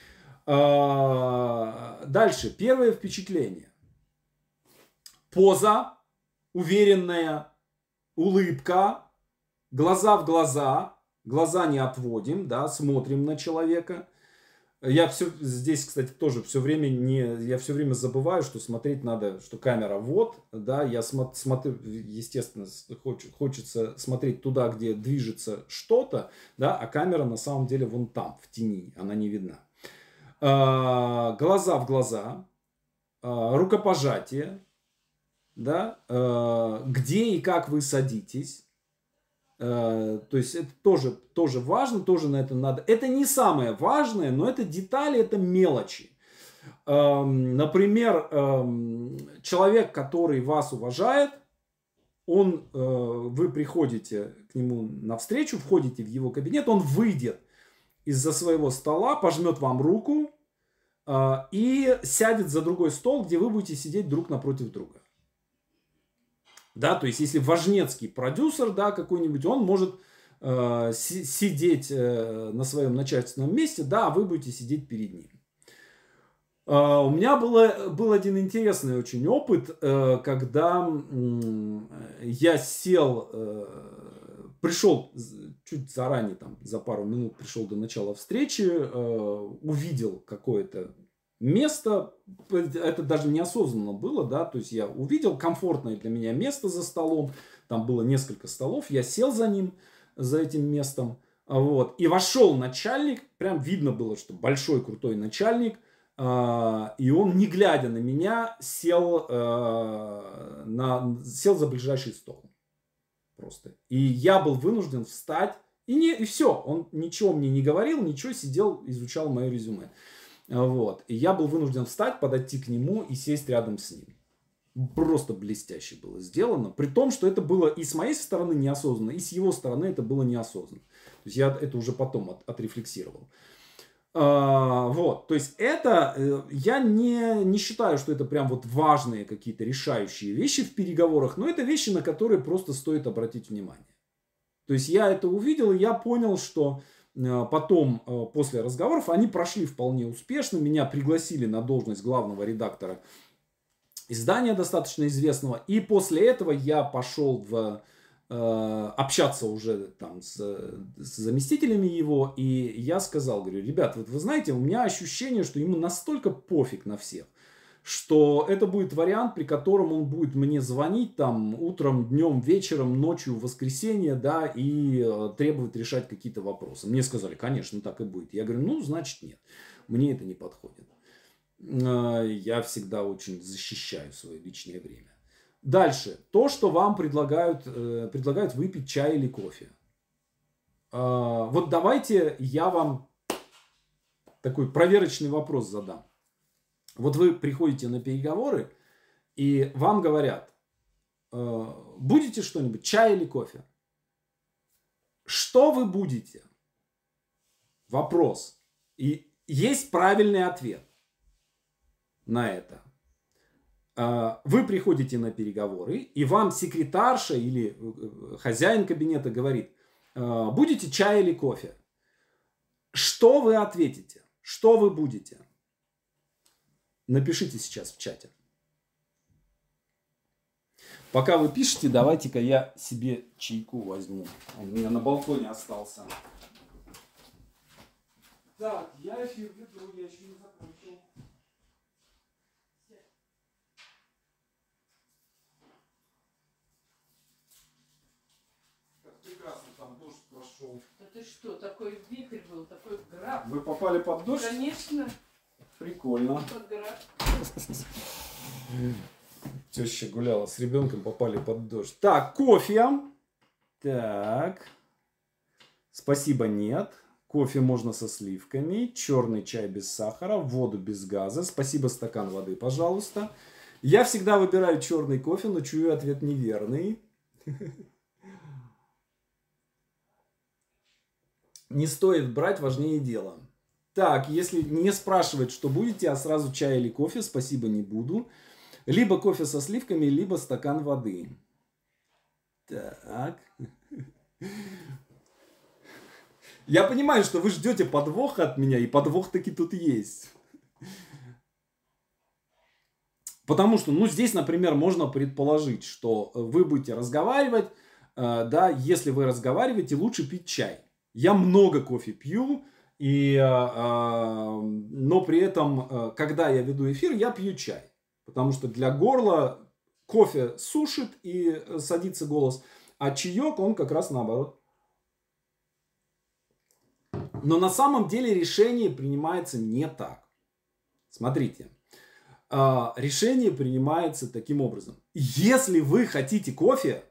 Дальше. Первое впечатление. Поза уверенная, улыбка, глаза в глаза. Глаза не отводим, да, смотрим на человека. Я все здесь, кстати, тоже все время не, я все время забываю, что смотреть надо, что камера вот, да, я смо- смотрю, естественно, хоч, хочется смотреть туда, где движется что-то, да, а камера на самом деле вон там, в тени, она не видна. Глаза в глаза, рукопожатие, да, где и как вы садитесь, то есть это тоже, тоже важно, тоже на это надо. Это не самое важное, но это детали, это мелочи. Например, человек, который вас уважает, он, вы приходите к нему навстречу, входите в его кабинет, он выйдет из-за своего стола, пожмет вам руку э, и сядет за другой стол, где вы будете сидеть друг напротив друга. Да, то есть, если важнецкий продюсер, да, какой-нибудь, он может э, си- сидеть э, на своем начальственном месте, да, а вы будете сидеть перед ним. Э, у меня было, был один интересный очень опыт, э, когда э, я сел... Э, Пришел чуть заранее, там, за пару минут пришел до начала встречи, э, увидел какое-то место, это даже неосознанно было, да, то есть я увидел комфортное для меня место за столом, там было несколько столов, я сел за ним, за этим местом, вот, и вошел начальник, прям видно было, что большой крутой начальник, э, и он, не глядя на меня, сел, э, на, сел за ближайший стол. Просто. И я был вынужден встать, и, не, и все, он ничего мне не говорил, ничего, сидел, изучал мое резюме. Вот. И я был вынужден встать, подойти к нему и сесть рядом с ним. Просто блестяще было сделано, при том, что это было и с моей стороны неосознанно, и с его стороны это было неосознанно. То есть я это уже потом от, отрефлексировал. А, вот, то есть это, я не, не считаю, что это прям вот важные какие-то решающие вещи в переговорах, но это вещи, на которые просто стоит обратить внимание. То есть я это увидел, и я понял, что потом, после разговоров, они прошли вполне успешно, меня пригласили на должность главного редактора издания достаточно известного. И после этого я пошел в, э, общаться уже там с, с заместителями его. И я сказал, говорю, ребят, вот вы знаете, у меня ощущение, что ему настолько пофиг на всех, что это будет вариант, при котором он будет мне звонить там утром, днем, вечером, ночью, в воскресенье, да, и э, требовать решать какие-то вопросы. Мне сказали, конечно, так и будет. Я говорю, ну, значит, нет, мне это не подходит. Э, я всегда очень защищаю свое личное время. Дальше. То, что вам предлагают, э, предлагают выпить чай или кофе. Э, вот давайте я вам такой проверочный вопрос задам. Вот вы приходите на переговоры, и вам говорят, э, будете что-нибудь, чай или кофе? Что вы будете? Вопрос. И есть правильный ответ на это. Э, вы приходите на переговоры, и вам секретарша или хозяин кабинета говорит, э, будете чай или кофе? Что вы ответите? Что вы будете? Напишите сейчас в чате. Пока вы пишете, давайте-ка я себе чайку возьму. Он у меня на балконе остался. Так, я эфир веду, я еще не закончил. Как прекрасно там дождь прошел. Да ты что, такой вихрь был, такой град. Вы попали под дождь? Конечно. Прикольно. Под град. Теща гуляла с ребенком, попали под дождь. Так, кофе. Так. Спасибо, нет. Кофе можно со сливками. Черный чай без сахара. Воду без газа. Спасибо, стакан воды, пожалуйста. Я всегда выбираю черный кофе, но чую ответ неверный. Не стоит брать, важнее дело. Так, если не спрашивать, что будете, а сразу чай или кофе, спасибо, не буду. Либо кофе со сливками, либо стакан воды. Так. Я понимаю, что вы ждете подвоха от меня, и подвох таки тут есть. Потому что, ну, здесь, например, можно предположить, что вы будете разговаривать, э, да, если вы разговариваете, лучше пить чай. Я много кофе пью, и, э, э, но при этом, э, когда я веду эфир, я пью чай. Потому что для горла кофе сушит и садится голос, а чаек, он как раз наоборот. Но на самом деле решение принимается не так. Смотрите. Решение принимается таким образом. Если вы хотите кофе,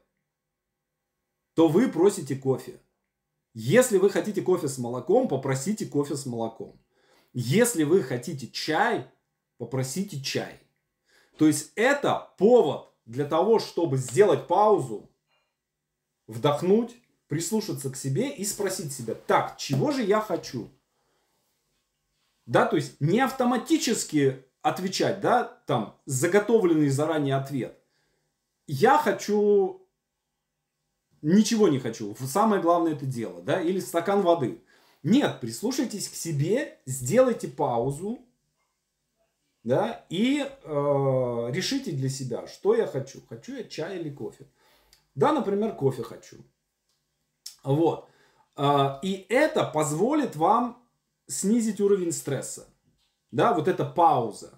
то вы просите кофе. Если вы хотите кофе с молоком, попросите кофе с молоком. Если вы хотите чай, попросите чай. То есть это повод для того, чтобы сделать паузу, вдохнуть, прислушаться к себе и спросить себя, так, чего же я хочу? Да, то есть не автоматически отвечать, да, там, заготовленный заранее ответ. Я хочу, ничего не хочу, самое главное это дело, да, или стакан воды. Нет, прислушайтесь к себе, сделайте паузу, да, и э, решите для себя, что я хочу. Хочу я чай или кофе? Да, например, кофе хочу. Вот. Э, и это позволит вам снизить уровень стресса. Да, вот эта пауза.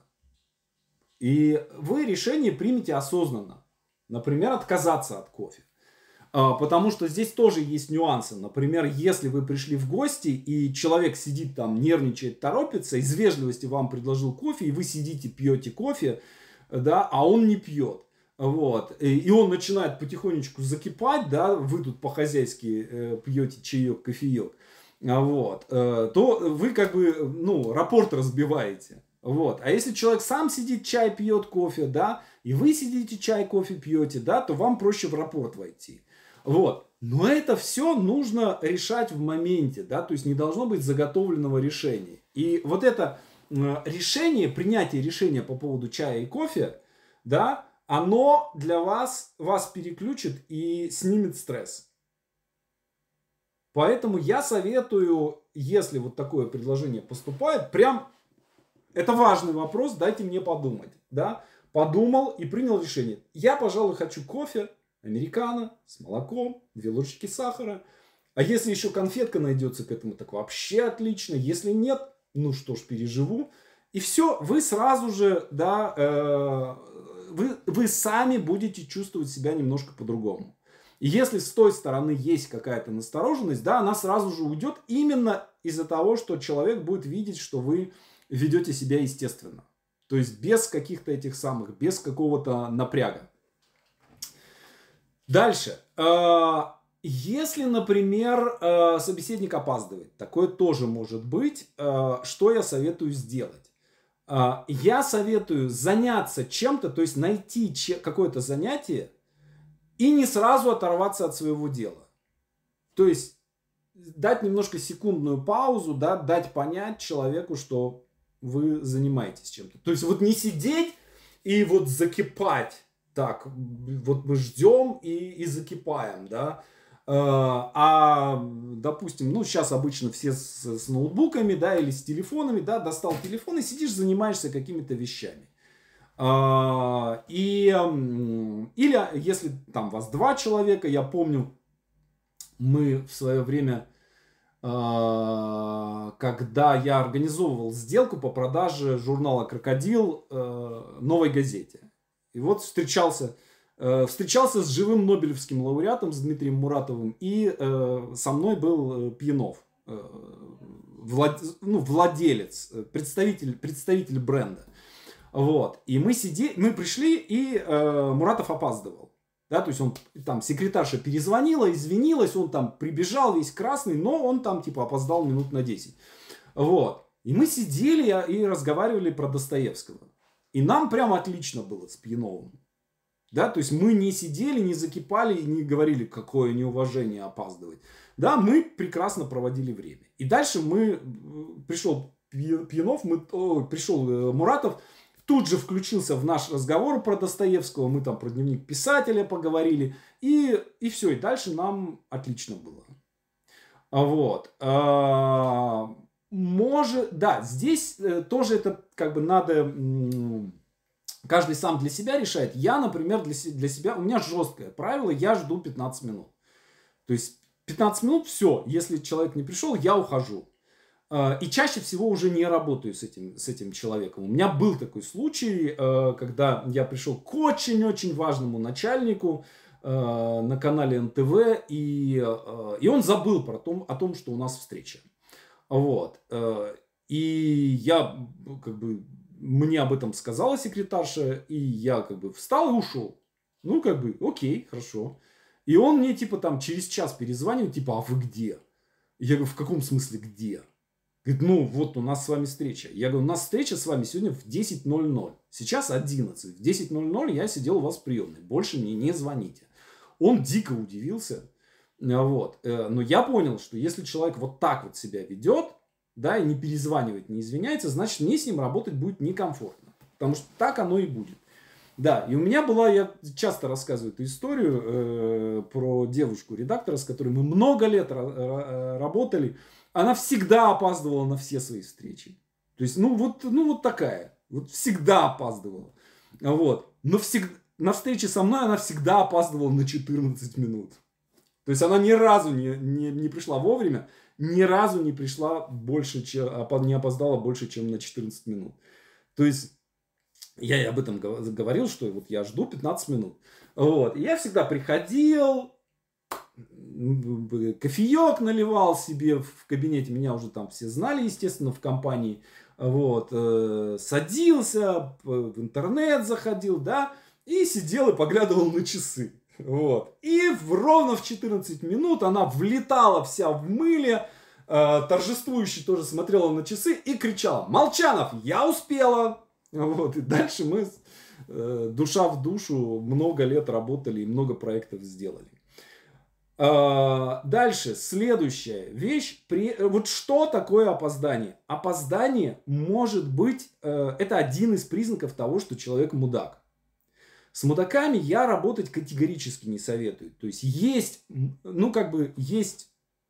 И вы решение примете осознанно. Например, отказаться от кофе. Потому что здесь тоже есть нюансы. Например, если вы пришли в гости, и человек сидит там, нервничает, торопится, из вежливости вам предложил кофе, и вы сидите, пьете кофе, да, а он не пьет. Вот. И он начинает потихонечку закипать, да, вы тут по-хозяйски э, пьете чаек, кофеек, вот, э, то вы как бы, ну, рапорт разбиваете. Вот. А если человек сам сидит, чай пьет, кофе, да, и вы сидите, чай, кофе пьете, да, то вам проще в рапорт войти. Вот. Но это все нужно решать в моменте, да, то есть не должно быть заготовленного решения. И вот это решение, принятие решения по поводу чая и кофе, да, оно для вас, вас переключит и снимет стресс. Поэтому я советую, если вот такое предложение поступает, прям, это важный вопрос, дайте мне подумать, да, подумал и принял решение. Я, пожалуй, хочу кофе, американо, с молоком, две ложечки сахара. А если еще конфетка найдется к этому, так вообще отлично. Если нет, ну что ж, переживу. И все, вы сразу же, да, э, вы, вы сами будете чувствовать себя немножко по-другому. И если с той стороны есть какая-то настороженность, да, она сразу же уйдет именно из-за того, что человек будет видеть, что вы ведете себя естественно. То есть без каких-то этих самых, без какого-то напряга. Дальше. Если, например, собеседник опаздывает, такое тоже может быть, что я советую сделать? Я советую заняться чем-то, то есть найти какое-то занятие и не сразу оторваться от своего дела. То есть дать немножко секундную паузу, да, дать понять человеку, что вы занимаетесь чем-то. То есть вот не сидеть и вот закипать. Так, вот мы ждем и, и закипаем, да. А, допустим, ну, сейчас обычно все с, с ноутбуками, да, или с телефонами, да, достал телефон и сидишь, занимаешься какими-то вещами. А, и, или если там вас два человека, я помню, мы в свое время, а, когда я организовывал сделку по продаже журнала «Крокодил» а, «Новой газете». И вот встречался... Встречался с живым нобелевским лауреатом, с Дмитрием Муратовым, и э, со мной был Пьянов, э, влад, ну, владелец, представитель, представитель бренда. Вот. И мы, сидели, мы пришли, и э, Муратов опаздывал. Да, то есть он там, секретарша перезвонила, извинилась, он там прибежал весь красный, но он там типа опоздал минут на десять. Вот. И мы сидели и разговаривали про Достоевского. И нам прям отлично было с Пьяновым. Да, то есть мы не сидели, не закипали и не говорили, какое неуважение опаздывать. Да, мы прекрасно проводили время. И дальше мы, пришел Пьянов, мы, о, пришел Муратов, тут же включился в наш разговор про Достоевского, мы там про дневник писателя поговорили, и, и все, и дальше нам отлично было. Вот. Может, да, здесь тоже это как бы надо... Каждый сам для себя решает. Я, например, для, для себя, у меня жесткое правило, я жду пятнадцать минут. То есть пятнадцать минут, все, если человек не пришел, я ухожу. И чаще всего уже не работаю с этим, с этим человеком. У меня был такой случай, когда я пришел к очень-очень важному начальнику на канале эн тэ вэ, и, и он забыл про том, о том, что у нас встреча. Вот. И я как бы... Мне об этом сказала секретарша, и я как бы встал и ушел. Ну, как бы, окей, хорошо. И он мне, типа, там, через час перезванивает, типа, а вы где? Я говорю, в каком смысле где? Говорит, ну, вот у нас с вами встреча. Я говорю, у нас встреча с вами сегодня в десять ноль ноль. Сейчас одиннадцать. В десять ноль ноль я сидел у вас в приемной. Больше мне не звоните. Он дико удивился. Вот. Но я понял, что если человек вот так вот себя ведет, да, и не перезванивает, не извиняется, значит, мне с ним работать будет некомфортно. Потому что так оно и будет. Да, и у меня была, я часто рассказываю эту историю э, про девушку-редактора, с которой мы много лет ра- работали. Она всегда опаздывала на все свои встречи. То есть, ну вот, ну, вот такая. Вот всегда опаздывала. Вот. Но всегда, на встрече со мной она всегда опаздывала на четырнадцать минут. То есть, она ни разу не, не, не пришла вовремя. Ни разу не пришла больше, чем, не опоздала больше, чем на четырнадцать минут. То есть, я и об этом говорил, что вот я жду пятнадцать минут. Вот. И я всегда приходил, кофеек наливал себе в кабинете. Меня уже там все знали, естественно, в компании. Вот. Садился, в интернет заходил, да, и сидел и поглядывал на часы. Вот. И в, ровно в четырнадцать минут она влетала вся в мыле, э, торжествующе тоже смотрела на часы и кричала: «Молчанов, я успела!» Вот. И дальше мы э, душа в душу много лет работали и много проектов сделали. Э, дальше, следующая вещь. При, вот что такое опоздание? Опоздание может быть, э, это один из признаков того, что человек мудак. С мудаками я работать категорически не советую. То есть есть, ну как бы есть,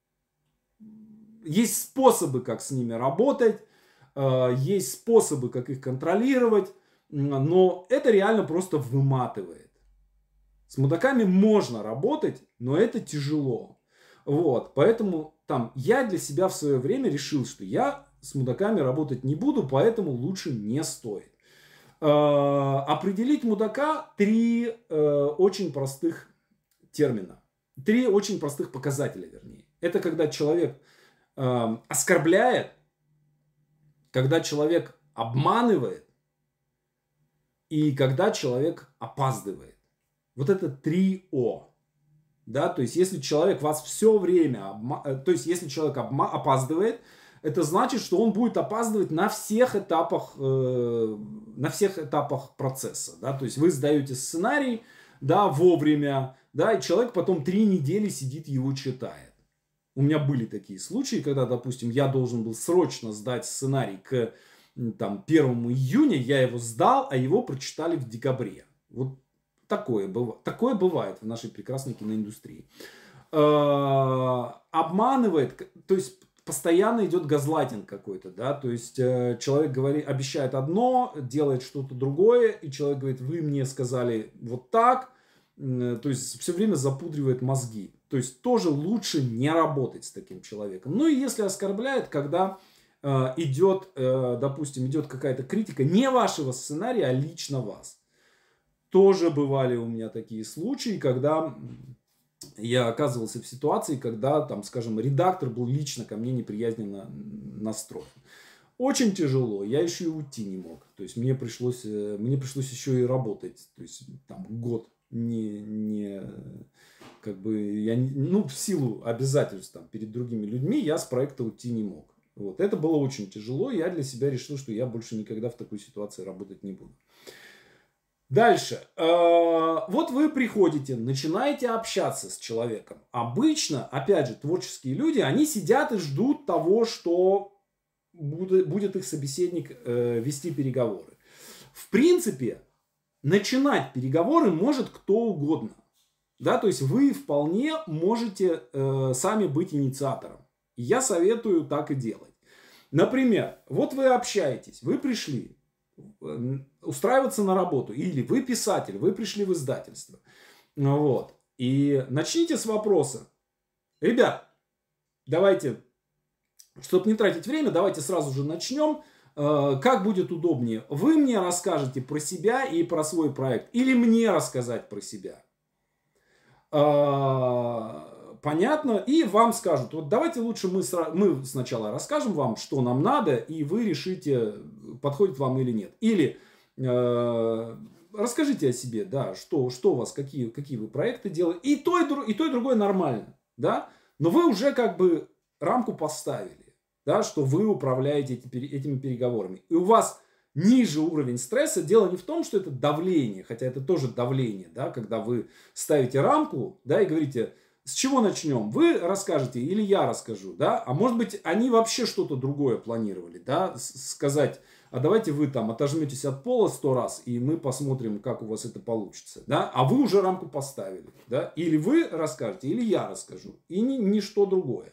есть способы, как с ними работать, есть способы, как их контролировать. но это реально просто выматывает. С мудаками можно работать, но это тяжело. Вот, поэтому там я для себя в свое время решил, что я с мудаками работать не буду, поэтому лучше не стоит. Э, определить мудака три э, очень простых термина. Три очень простых показателя, вернее. Это когда человек э, оскорбляет, когда человек обманывает и когда человек опаздывает. Вот это три О. Да, то есть, если человек вас все время, обма... то есть, если человек обма... опаздывает, это значит, что он будет опаздывать на всех этапах, э... на всех этапах процесса. Да? То есть, вы сдаете сценарий, да, вовремя, да, и человек потом три недели сидит, его читает. У меня были такие случаи, когда, допустим, я должен был срочно сдать сценарий к там, первому июня, я его сдал, а его прочитали в декабре. Вот такое, быв... такое бывает в нашей прекрасной киноиндустрии. Обманывает, то есть постоянно идет газлайтинг какой-то, да, то есть человек говорит, обещает одно, делает что-то другое, и человек говорит, вы мне сказали вот так, то есть все время запудривает мозги. То есть тоже лучше не работать с таким человеком. Ну и если оскорбляет, когда э, идет, э, допустим, идет какая-то критика не вашего сценария, а лично вас. Тоже бывали у меня такие случаи, когда я оказывался в ситуации, когда, там, скажем, редактор был лично ко мне неприязненно настроен. Очень тяжело, я еще и уйти не мог. То есть мне пришлось, мне пришлось еще и работать. То есть там год не... не как бы я, ну, в силу обязательств там, перед другими людьми я с проекта уйти не мог. Вот. Это было очень тяжело. Я для себя решил, что я больше никогда в такой ситуации работать не буду. Дальше. Вот вы приходите, начинаете общаться с человеком. Обычно, опять же, творческие люди, они сидят и ждут того, что будет их собеседник вести переговоры. В принципе, начинать переговоры может кто угодно. Да, то есть вы вполне можете э, сами быть инициатором. И я советую так и делать. Например, вот вы общаетесь, вы пришли э, устраиваться на работу, или вы писатель, вы пришли в издательство. Вот. И начните с вопроса. Ребят, давайте, чтобы не тратить время, давайте сразу же начнем. Э, как будет удобнее? Вы мне расскажете про себя и про свой проект, или мне рассказать про себя? Понятно, и вам скажут, вот давайте лучше мы, мы сначала расскажем вам, что нам надо, и вы решите, подходит вам или нет. Или э, расскажите о себе, да, что, что у вас, какие, какие вы проекты делаете. И то, и, и то, и другое нормально, да, но вы уже как бы рамку поставили, да, что вы управляете этими переговорами. И у вас ниже уровень стресса. Дело не в том, что это давление, хотя это тоже давление, да, когда вы ставите рамку, да, и говорите, с чего начнем? Вы расскажете или я расскажу, да, а может быть они вообще что-то другое планировали, да, сказать, а давайте вы там отожметесь от пола сто раз, и мы посмотрим, как у вас это получится, да, а вы уже рамку поставили, да, или вы расскажете, или я расскажу, и ни, ничто другое.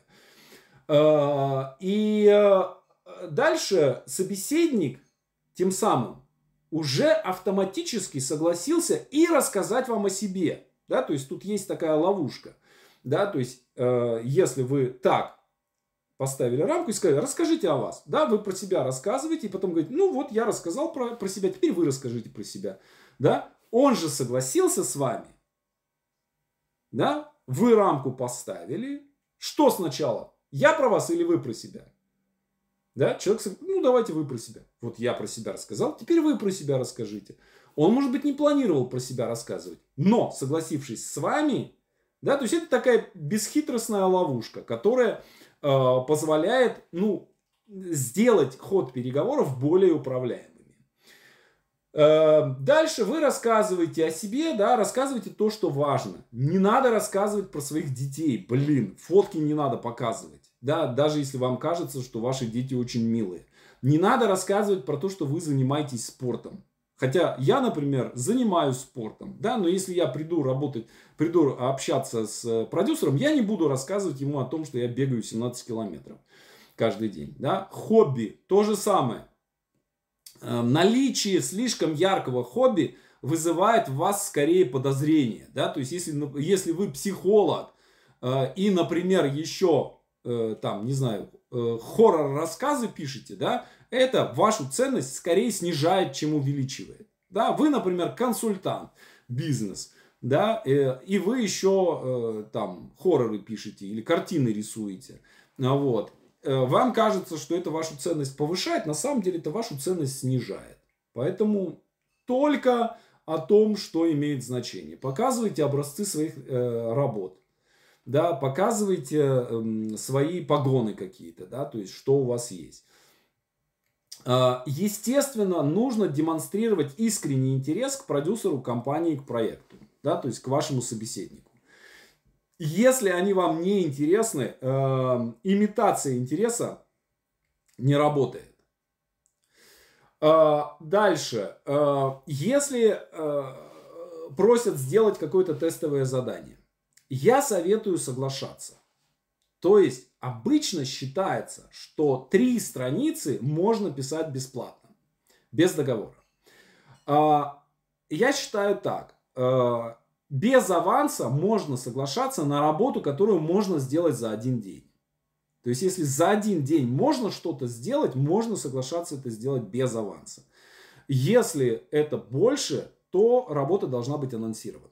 И дальше собеседник тем самым уже автоматически согласился и рассказать вам о себе. Да? То есть тут есть такая ловушка. Да? То есть э, если вы так поставили рамку и сказали, расскажите о вас. Да? Вы про себя рассказываете и потом говорите, ну вот я рассказал про, про себя, теперь вы расскажите про себя. Да? Он же согласился с вами. Да? Вы рамку поставили. Что сначала? Я про вас или вы про себя? Да? Человек говорит, ну давайте вы про себя. Вот я про себя рассказал, теперь вы про себя расскажите. Он, может быть, не планировал про себя рассказывать, но, согласившись с вами, да, то есть это такая бесхитростная ловушка, которая э, позволяет, ну, сделать ход переговоров более управляемыми. Э, дальше вы рассказываете о себе, да, рассказывайте то, что важно. Не надо рассказывать про своих детей, блин, фотки не надо показывать. Да, даже если вам кажется, что ваши дети очень милые. Не надо рассказывать про то, что вы занимаетесь спортом. Хотя я, например, занимаюсь спортом. Да, но если я приду работать, приду общаться с продюсером, я не буду рассказывать ему о том, что я бегаю семнадцать километров каждый день. Да. Хобби то же самое. наличие слишком яркого хобби вызывает в вас скорее подозрение. Да? То есть, если, если вы психолог э, и, например, еще, э, там, не знаю, э, хоррор-рассказы пишете, да, это вашу ценность скорее снижает, чем увеличивает. Да? Вы, например, консультант, бизнес, да, э, и вы еще э, там хорроры пишете или картины рисуете. Вот. Вам кажется, что это вашу ценность повышает, на самом деле это вашу ценность снижает. Поэтому только о том, что имеет значение. Показывайте образцы своих э, работ. Да, показывайте э, свои погоны какие-то, да, то есть что у вас есть. Э, естественно, нужно демонстрировать искренний интерес к продюсеру компании, к проекту, да, то есть к вашему собеседнику. Если они вам не интересны, э, имитация интереса не работает. Э, дальше. Э, если э, просят сделать какое-то тестовое задание, я советую соглашаться. То есть обычно считается, что три страницы можно писать бесплатно, без договора. Э, я считаю так. Э, Без аванса можно соглашаться на работу, которую можно сделать за один день. То есть, если за один день можно что-то сделать, можно соглашаться это сделать без аванса. Если это больше, то работа должна быть анонсирована.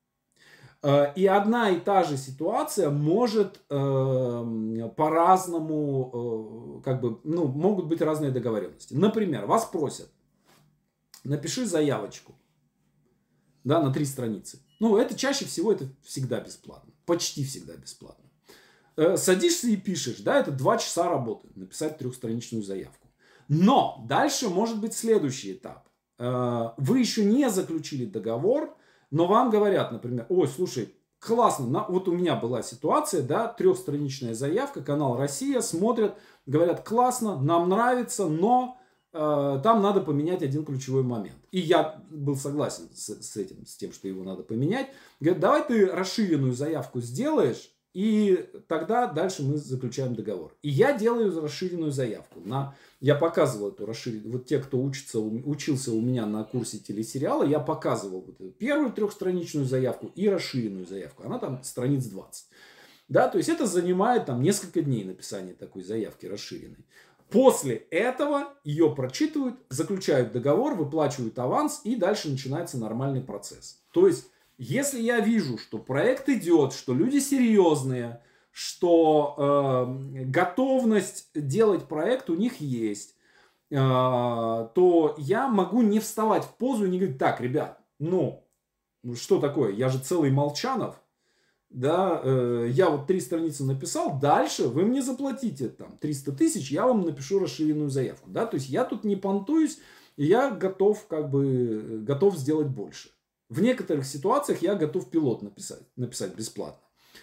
И одна и та же ситуация может э, по-разному, э, как бы, ну, могут быть разные договоренности. Например, вас просят, напиши заявочку. Да, на три страницы. Ну, это чаще всего, это всегда бесплатно. Почти всегда бесплатно. Э, садишься и пишешь, да, это два часа работы, написать трехстраничную заявку. Но дальше может быть следующий этап. Э, вы еще не заключили договор, но вам говорят, например, ой, слушай, классно, на, вот у меня была ситуация, да, трехстраничная заявка, канал «Россия», смотрят, говорят, классно, нам нравится, но... там надо поменять один ключевой момент. И я был согласен с, с этим, с тем, что его надо поменять. Говорят, давай ты расширенную заявку сделаешь, и тогда дальше мы заключаем договор. И я делаю расширенную заявку. На, я показывал эту расширенную. Вот те, кто учится, учился у меня на курсе телесериала, я показывал вот эту первую трехстраничную заявку и расширенную заявку. Она там страниц двадцать. Да, то есть это занимает там несколько дней написания такой заявки расширенной. После этого ее прочитывают, заключают договор, выплачивают аванс, и дальше начинается нормальный процесс. То есть, если я вижу, что проект идет, что люди серьезные, что э, готовность делать проект у них есть, э, то я могу не вставать в позу и не говорить, так, ребят, ну, что такое, я же целый Молчанов. Да, э, я вот три страницы написал, дальше вы мне заплатите там триста тысяч, я вам напишу расширенную заявку. Да, то есть я тут не понтуюсь, и я готов, как бы, готов сделать больше. В некоторых ситуациях я готов пилот написать, написать бесплатно.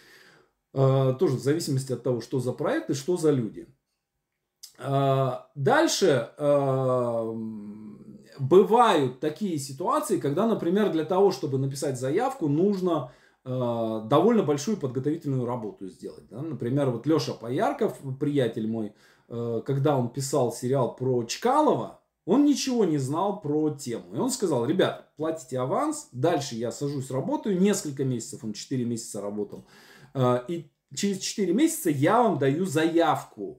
Э, тоже в зависимости от того, что за проект и что за люди. Э, дальше э, бывают такие ситуации, когда, например, для того, чтобы написать заявку, нужно довольно большую подготовительную работу сделать. Да? Например, вот Леша Поярков, приятель мой, когда он писал сериал про Чкалова, он ничего не знал про тему. И он сказал, ребят, платите аванс, дальше я сажусь, работаю, несколько месяцев, он четыре месяца работал, и через четыре месяца я вам даю заявку.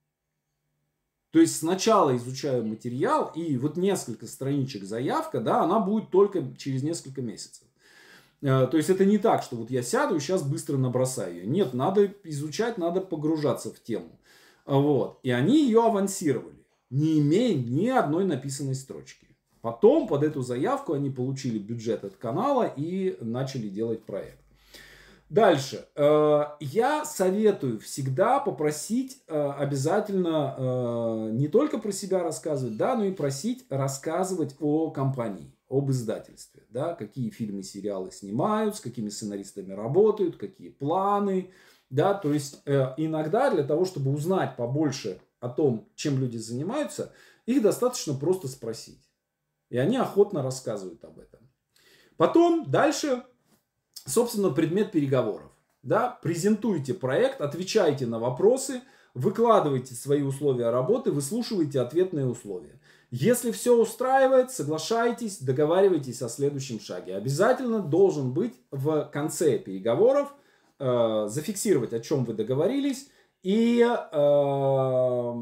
То есть сначала изучаю материал, и вот несколько страничек заявка, да, она будет только через несколько месяцев. То есть это не так, что вот я сяду и сейчас быстро набросаю ее. Нет, надо изучать, надо погружаться в тему. Вот. И они ее авансировали, не имея ни одной написанной строчки. Потом под эту заявку они получили бюджет от канала и начали делать проект. Дальше. Я советую всегда попросить обязательно не только про себя рассказывать, да, но и просить рассказывать о компании, об издательстве, да, какие фильмы, сериалы снимают, с какими сценаристами работают, какие планы, да, то есть иногда для того, чтобы узнать побольше о том, чем люди занимаются, их достаточно просто спросить. И они охотно рассказывают об этом. Потом дальше, собственно, предмет переговоров. Да? Презентуйте проект, отвечайте на вопросы, выкладывайте свои условия работы, выслушивайте ответные условия. Если все устраивает, соглашайтесь, договаривайтесь о следующем шаге. Обязательно должен быть в конце переговоров э, зафиксировать, о чем вы договорились, и э,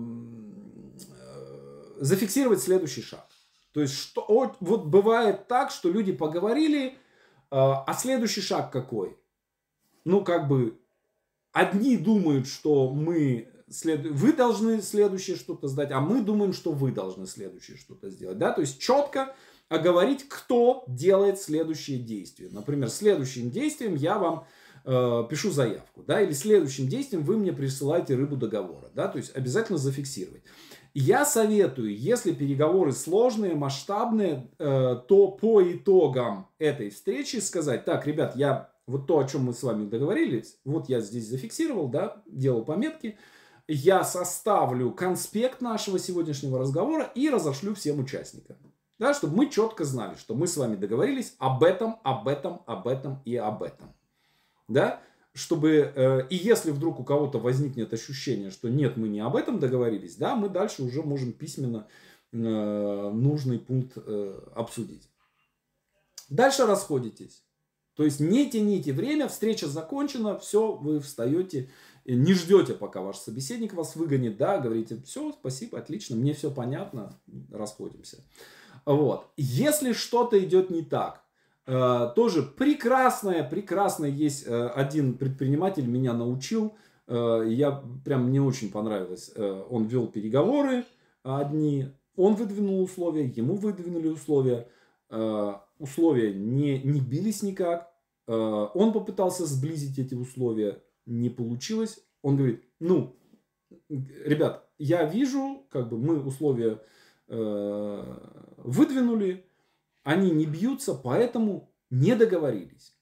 зафиксировать следующий шаг. То есть, что, вот бывает так, что люди поговорили, э, а следующий шаг какой? Ну, как бы, одни думают, что мы... След... Вы должны следующее что-то сдать, а мы думаем, что вы должны следующее что-то сделать. Да? То есть четко оговорить, кто делает следующее действие. Например, следующим действием я вам э, пишу заявку. Да? Или следующим действием вы мне присылаете рыбу договора. Да? То есть обязательно зафиксировать. Я советую, если переговоры сложные, масштабные, э, то по итогам этой встречи сказать: так, ребят, я вот то, о чем мы с вами договорились, вот я здесь зафиксировал, да, делал пометки. Я составлю конспект нашего сегодняшнего разговора и разошлю всем участникам. Да, чтобы мы четко знали, что мы с вами договорились об этом, об этом, об этом и об этом. Да? Чтобы, э, и если вдруг у кого-то возникнет ощущение, что нет, мы не об этом договорились, да, мы дальше уже можем письменно э, нужный пункт э, обсудить. Дальше расходитесь. То есть не тяните время, встреча закончена, все, вы встаете. Не ждете, пока ваш собеседник вас выгонит, да, говорите: все, спасибо, отлично, мне все понятно, расходимся. Вот. Если что-то идет не так, э, тоже прекрасное, прекрасное есть э, один предприниматель меня научил, э, я прям, мне очень понравилось, э, он вел переговоры одни, он выдвинул условия, ему выдвинули условия, э, условия не, не бились никак, э, он попытался сблизить эти условия, не получилось. Он говорит: ну, ребят, я вижу, как бы мы условия э, выдвинули, они не бьются, поэтому не договорились.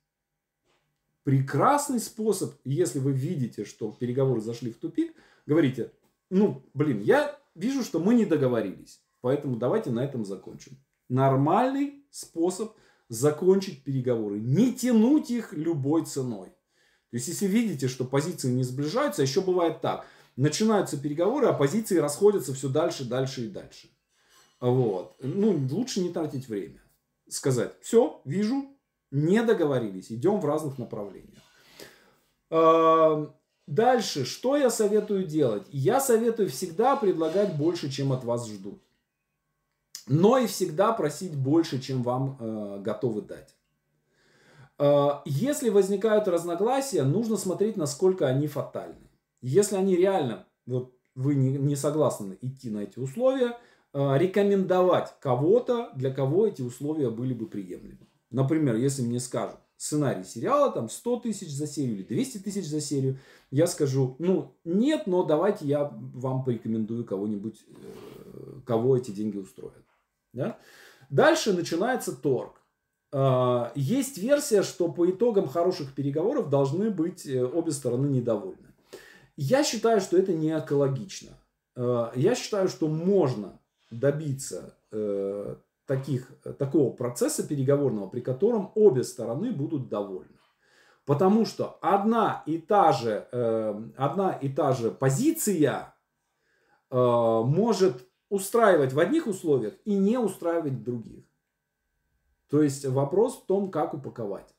Прекрасный способ, если вы видите, что переговоры зашли в тупик, говорите: ну, блин, я вижу, что мы не договорились, поэтому давайте на этом закончим. Нормальный способ закончить переговоры, не тянуть их любой ценой. То есть, если видите, что позиции не сближаются, еще бывает так. Начинаются переговоры, а позиции расходятся все дальше, дальше и дальше. Вот. Ну, лучше не тратить время. Сказать: все, вижу, не договорились, идем в разных направлениях. Дальше, что я советую делать? Я советую всегда предлагать больше, чем от вас ждут. Но и всегда просить больше, чем вам э, готовы дать. Если возникают разногласия, нужно смотреть, насколько они фатальны. Если они реально, вот вы не, не согласны идти на эти условия, рекомендовать кого-то, для кого эти условия были бы приемлемы. Например, если мне скажут сценарий сериала, там сто тысяч за серию или двести тысяч за серию, я скажу: ну нет, но давайте я вам порекомендую кого-нибудь, кого эти деньги устроят. Да? Дальше начинается торг. Есть версия, что по итогам хороших переговоров должны быть обе стороны недовольны. Я считаю, что это не экологично. Я считаю, что можно добиться таких, такого процесса переговорного, при котором обе стороны будут довольны. Потому что одна и та же, одна и та же позиция может устраивать в одних условиях и не устраивать в других. То есть вопрос в том, как упаковать.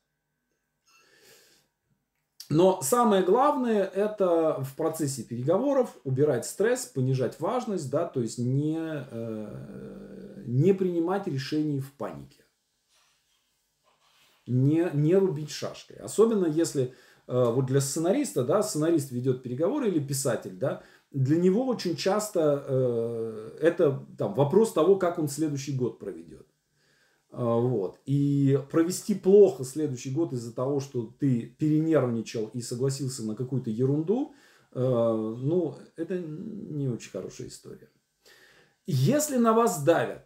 Но самое главное, это в процессе переговоров убирать стресс, понижать важность, да, то есть не, э, не принимать решений в панике. Не, не рубить шашкой. Особенно если э, вот для сценариста, да, сценарист ведет переговоры или писатель, да, для него очень часто э, это там, вопрос того, как он следующий год проведет. Вот. И провести плохо следующий год из-за того, что ты перенервничал и согласился на какую-то ерунду, э, ну, это не очень хорошая история. Если на вас давят,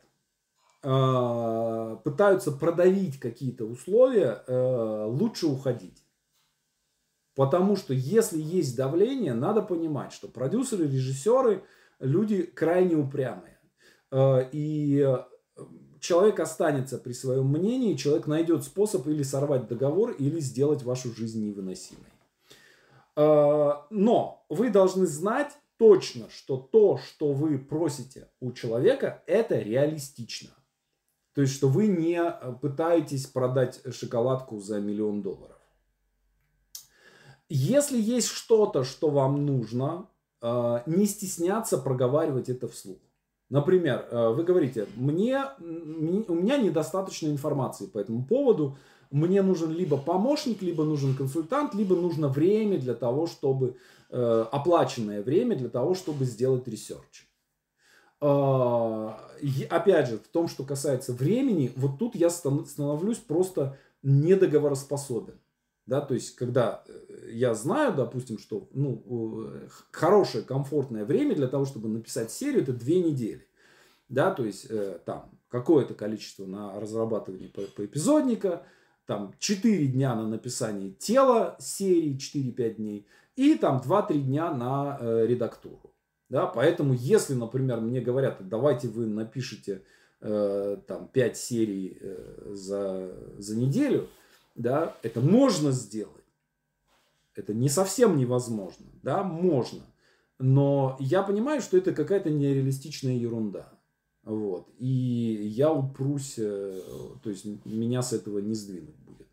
э, пытаются продавить какие-то условия, э, лучше уходить. Потому что если есть давление, надо понимать, что продюсеры, режиссеры, люди крайне упрямые. Э, и человек останется при своем мнении, человек найдет способ или сорвать договор, или сделать вашу жизнь невыносимой. Но вы должны знать, точно, что то, что вы просите у человека, это реалистично. То есть, что вы не пытаетесь продать шоколадку за миллион долларов. Если есть что-то, что вам нужно, не стесняться проговаривать это вслух. Например, вы говорите, мне, у меня недостаточно информации по этому поводу, мне нужен либо помощник, либо нужен консультант, либо нужно время для того, чтобы, оплаченное время для того, чтобы сделать ресерч. Опять же, в том, что касается времени, вот тут я становлюсь просто недоговороспособен. Да, то есть, когда я знаю, допустим, что ну, хорошее, комфортное время для того, чтобы написать серию, это две недели. Да, то есть, э, там какое-то количество на разрабатывание по, по эпизодника, там четыре дня на написание тела серии, четыре-пять дней, и там два-три дня на э, редактуру. Да, поэтому, если, например, мне говорят, давайте вы напишите э, там пять серий э, за, за неделю, да, это можно сделать. Это не совсем невозможно. Да, можно. Но я понимаю, что это какая-то нереалистичная ерунда. Вот. И я упрусь, то есть меня с этого не сдвинуть будет.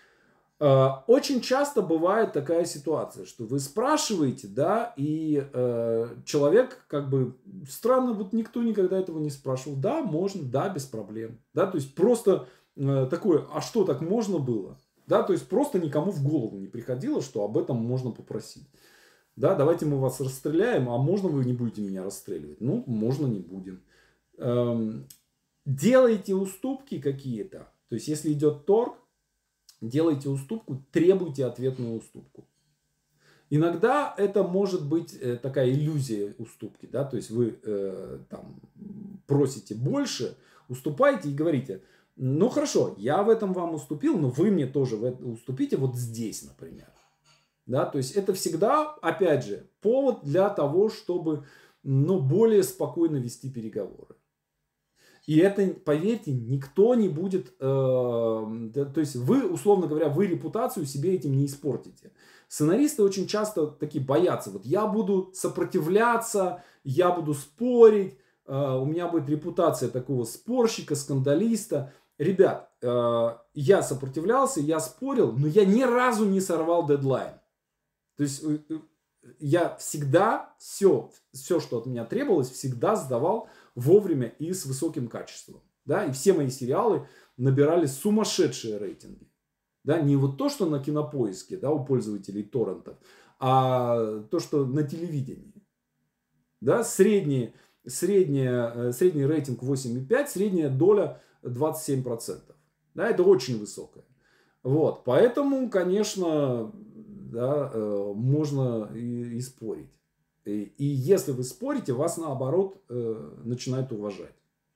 Очень часто бывает такая ситуация, что вы спрашиваете, да, и человек как бы, странно, вот никто никогда этого не спрашивал. Да, можно, да, без проблем. Да, то есть просто такое, а что, так можно было? Да, то есть просто никому в голову не приходило, что об этом можно попросить. Да, давайте мы вас расстреляем, а можно вы не будете меня расстреливать? Ну, можно, не будем. Эм, делайте уступки какие-то. То есть, если идет торг, делайте уступку, требуйте ответную уступку. Иногда это может быть э, такая иллюзия уступки. Да? То есть, вы э, там, просите больше, уступаете и говорите... Ну хорошо, я в этом вам уступил, но вы мне тоже в это уступите вот здесь, например. Да, то есть это всегда, опять же, повод для того, чтобы ну, более спокойно вести переговоры. И это, поверьте, никто не будет, э, да, то есть вы, условно говоря, вы репутацию себе этим не испортите. Сценаристы очень часто такие боятся, вот я буду сопротивляться, я буду спорить, э, у меня будет репутация такого спорщика, скандалиста. Ребят, э, я сопротивлялся, я спорил, но я ни разу не сорвал дедлайн. То есть э, я всегда все, все, что от меня требовалось, всегда сдавал вовремя и с высоким качеством. Да? И все мои сериалы набирали сумасшедшие рейтинги. Да? Не вот то, что на Кинопоиске, да, у пользователей торрентов, а то, что на телевидении. Да? Средний, средний, средний рейтинг восемь и пять, средняя доля двадцать семь процентов. Да, это очень высокое. Вот, поэтому, конечно, да, э, можно и, и спорить. И, и если вы спорите, вас наоборот э, начинают уважать.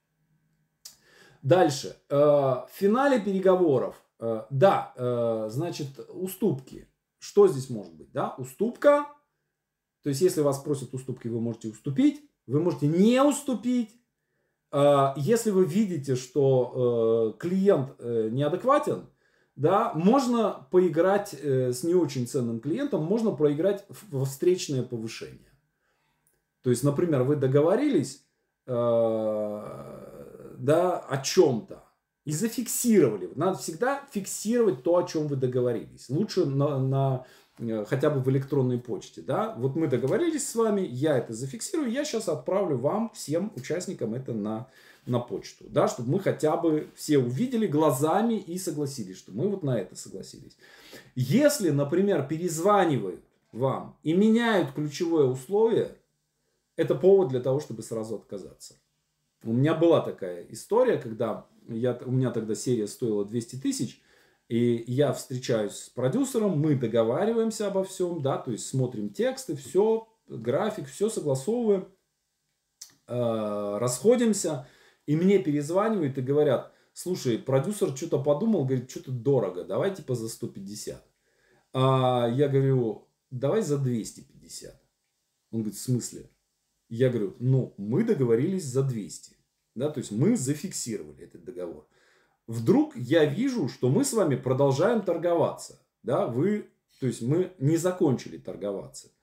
Дальше. Э, в финале переговоров, э, да, э, значит, уступки. Что здесь может быть? Да? Уступка. То есть, если вас просят уступки, вы можете уступить. Вы можете не уступить. Если вы видите, что э, клиент э, неадекватен, да, можно поиграть э, с не очень ценным клиентом, можно проиграть во встречное повышение. То есть, например, вы договорились э, да, о чем-то и зафиксировали. Надо всегда фиксировать то, о чем вы договорились. Лучше на, на, хотя бы в электронной почте. Да? Вот мы договорились с вами, я это зафиксирую, я сейчас отправлю вам, всем участникам, это на, на почту. Да? Чтобы мы хотя бы все увидели глазами и согласились, что мы вот на это согласились. Если, например, перезванивают вам и меняют ключевое условие, это повод для того, чтобы сразу отказаться. У меня была такая история, когда я, у меня тогда серия стоила двести тысяч, и я встречаюсь с продюсером, мы договариваемся обо всем, да, то есть смотрим тексты, все, график, все согласовываем, э, расходимся, и мне перезванивают и говорят, слушай, продюсер что-то подумал, говорит, что-то дорого, давай типа за сто пятьдесят. А я говорю, давай за двести пятьдесят. Он говорит, в смысле? Я говорю, ну, мы договорились за двести. Да, то есть мы зафиксировали этот договор. Вдруг я вижу, что мы с вами продолжаем торговаться. Да, вы, то есть мы не закончили торговаться.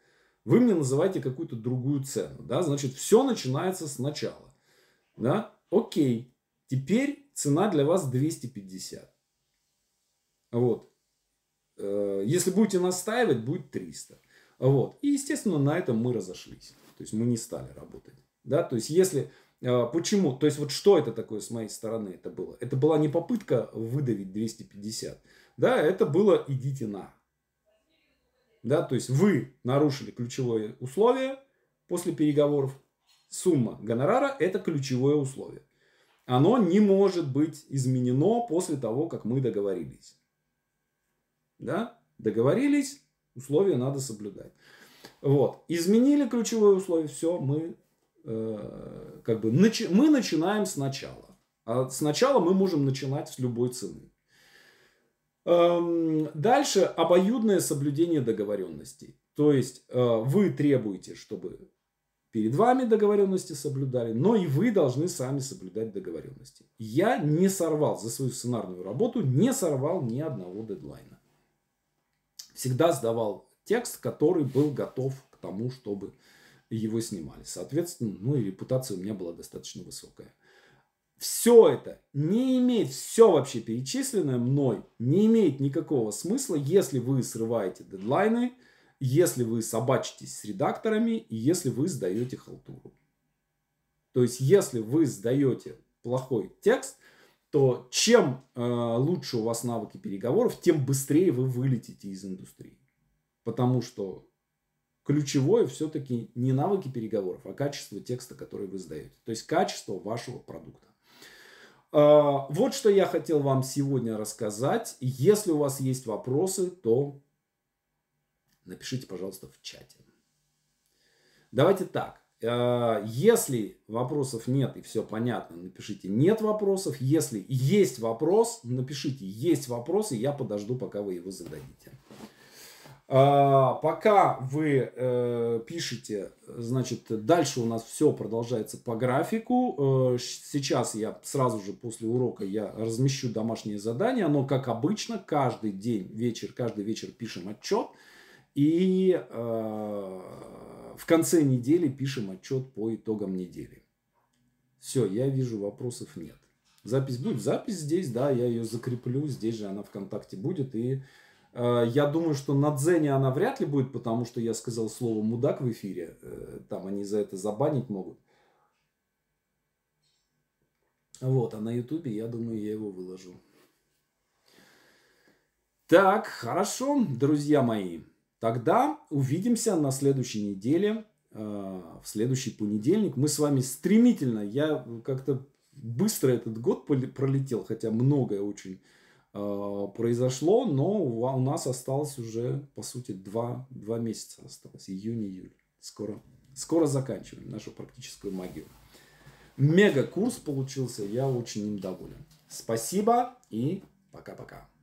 Вы мне называете какую-то другую цену. Да? Значит, все начинается сначала. Да? Окей. Теперь цена для вас двести пятьдесят. Вот. Если будете настаивать, будет триста. Вот. И, естественно, на этом мы разошлись. То есть мы не стали работать. Да? То есть если... Почему? То есть вот что это такое с моей стороны это было? Это была не попытка выдавить двести пятьдесят. Да? Это было идите на. Да? То есть вы нарушили ключевое условие после переговоров. Сумма гонорара – это ключевое условие. Оно не может быть изменено после того, как мы договорились. Да? Договорились, условия надо соблюдать. Вот. Изменили ключевое условие, все, мы, э, как бы, начи- мы начинаем сначала. А сначала мы можем начинать с любой цены. Эм, дальше обоюдное соблюдение договоренностей. То есть э, вы требуете, чтобы перед вами договоренности соблюдали, но и вы должны сами соблюдать договоренности. Я не сорвал за свою сценарную работу, не сорвал ни одного дедлайна. Всегда сдавал текст, который был готов к тому, чтобы его снимали. Соответственно, ну и репутация у меня была достаточно высокая. Все это не имеет, все вообще перечисленное мной, не имеет никакого смысла, если вы срываете дедлайны, если вы собачитесь с редакторами и если вы сдаете халтуру. То есть, если вы сдаете плохой текст, то чем э, лучше у вас навыки переговоров, тем быстрее вы вылетите из индустрии. Потому что ключевое все-таки не навыки переговоров, а качество текста, который вы сдаете. То есть качество вашего продукта. Э, вот что я хотел вам сегодня рассказать. Если у вас есть вопросы, то напишите, пожалуйста, в чате. Давайте так. Если вопросов нет и все понятно, напишите «нет вопросов». Если есть вопрос, напишите «есть вопрос», и я подожду, пока вы его зададите. Пока вы пишете, значит, дальше у нас все продолжается по графику. Сейчас я сразу же после урока я размещу домашнее задание. Но, как обычно, каждый день, вечер, каждый вечер пишем отчет. И э, в конце недели пишем отчет по итогам недели. Все, я вижу, вопросов нет. Запись будет? Запись здесь, да, я ее закреплю. Здесь же она ВКонтакте будет. И э, я думаю, что на Дзене она вряд ли будет, потому что я сказал слово «мудак» в эфире. Э, там они за это забанить могут. Вот, а на Ютубе, я думаю, я его выложу. Так, хорошо, друзья мои. Тогда увидимся на следующей неделе, в следующий понедельник. Мы с вами стремительно, я как-то быстро этот год пролетел, хотя многое очень произошло, но у нас осталось уже, по сути, два, два месяца осталось, июнь-июль. Скоро, скоро заканчиваем нашу практическую магию. Мега курс получился, я очень им доволен. Спасибо и пока-пока.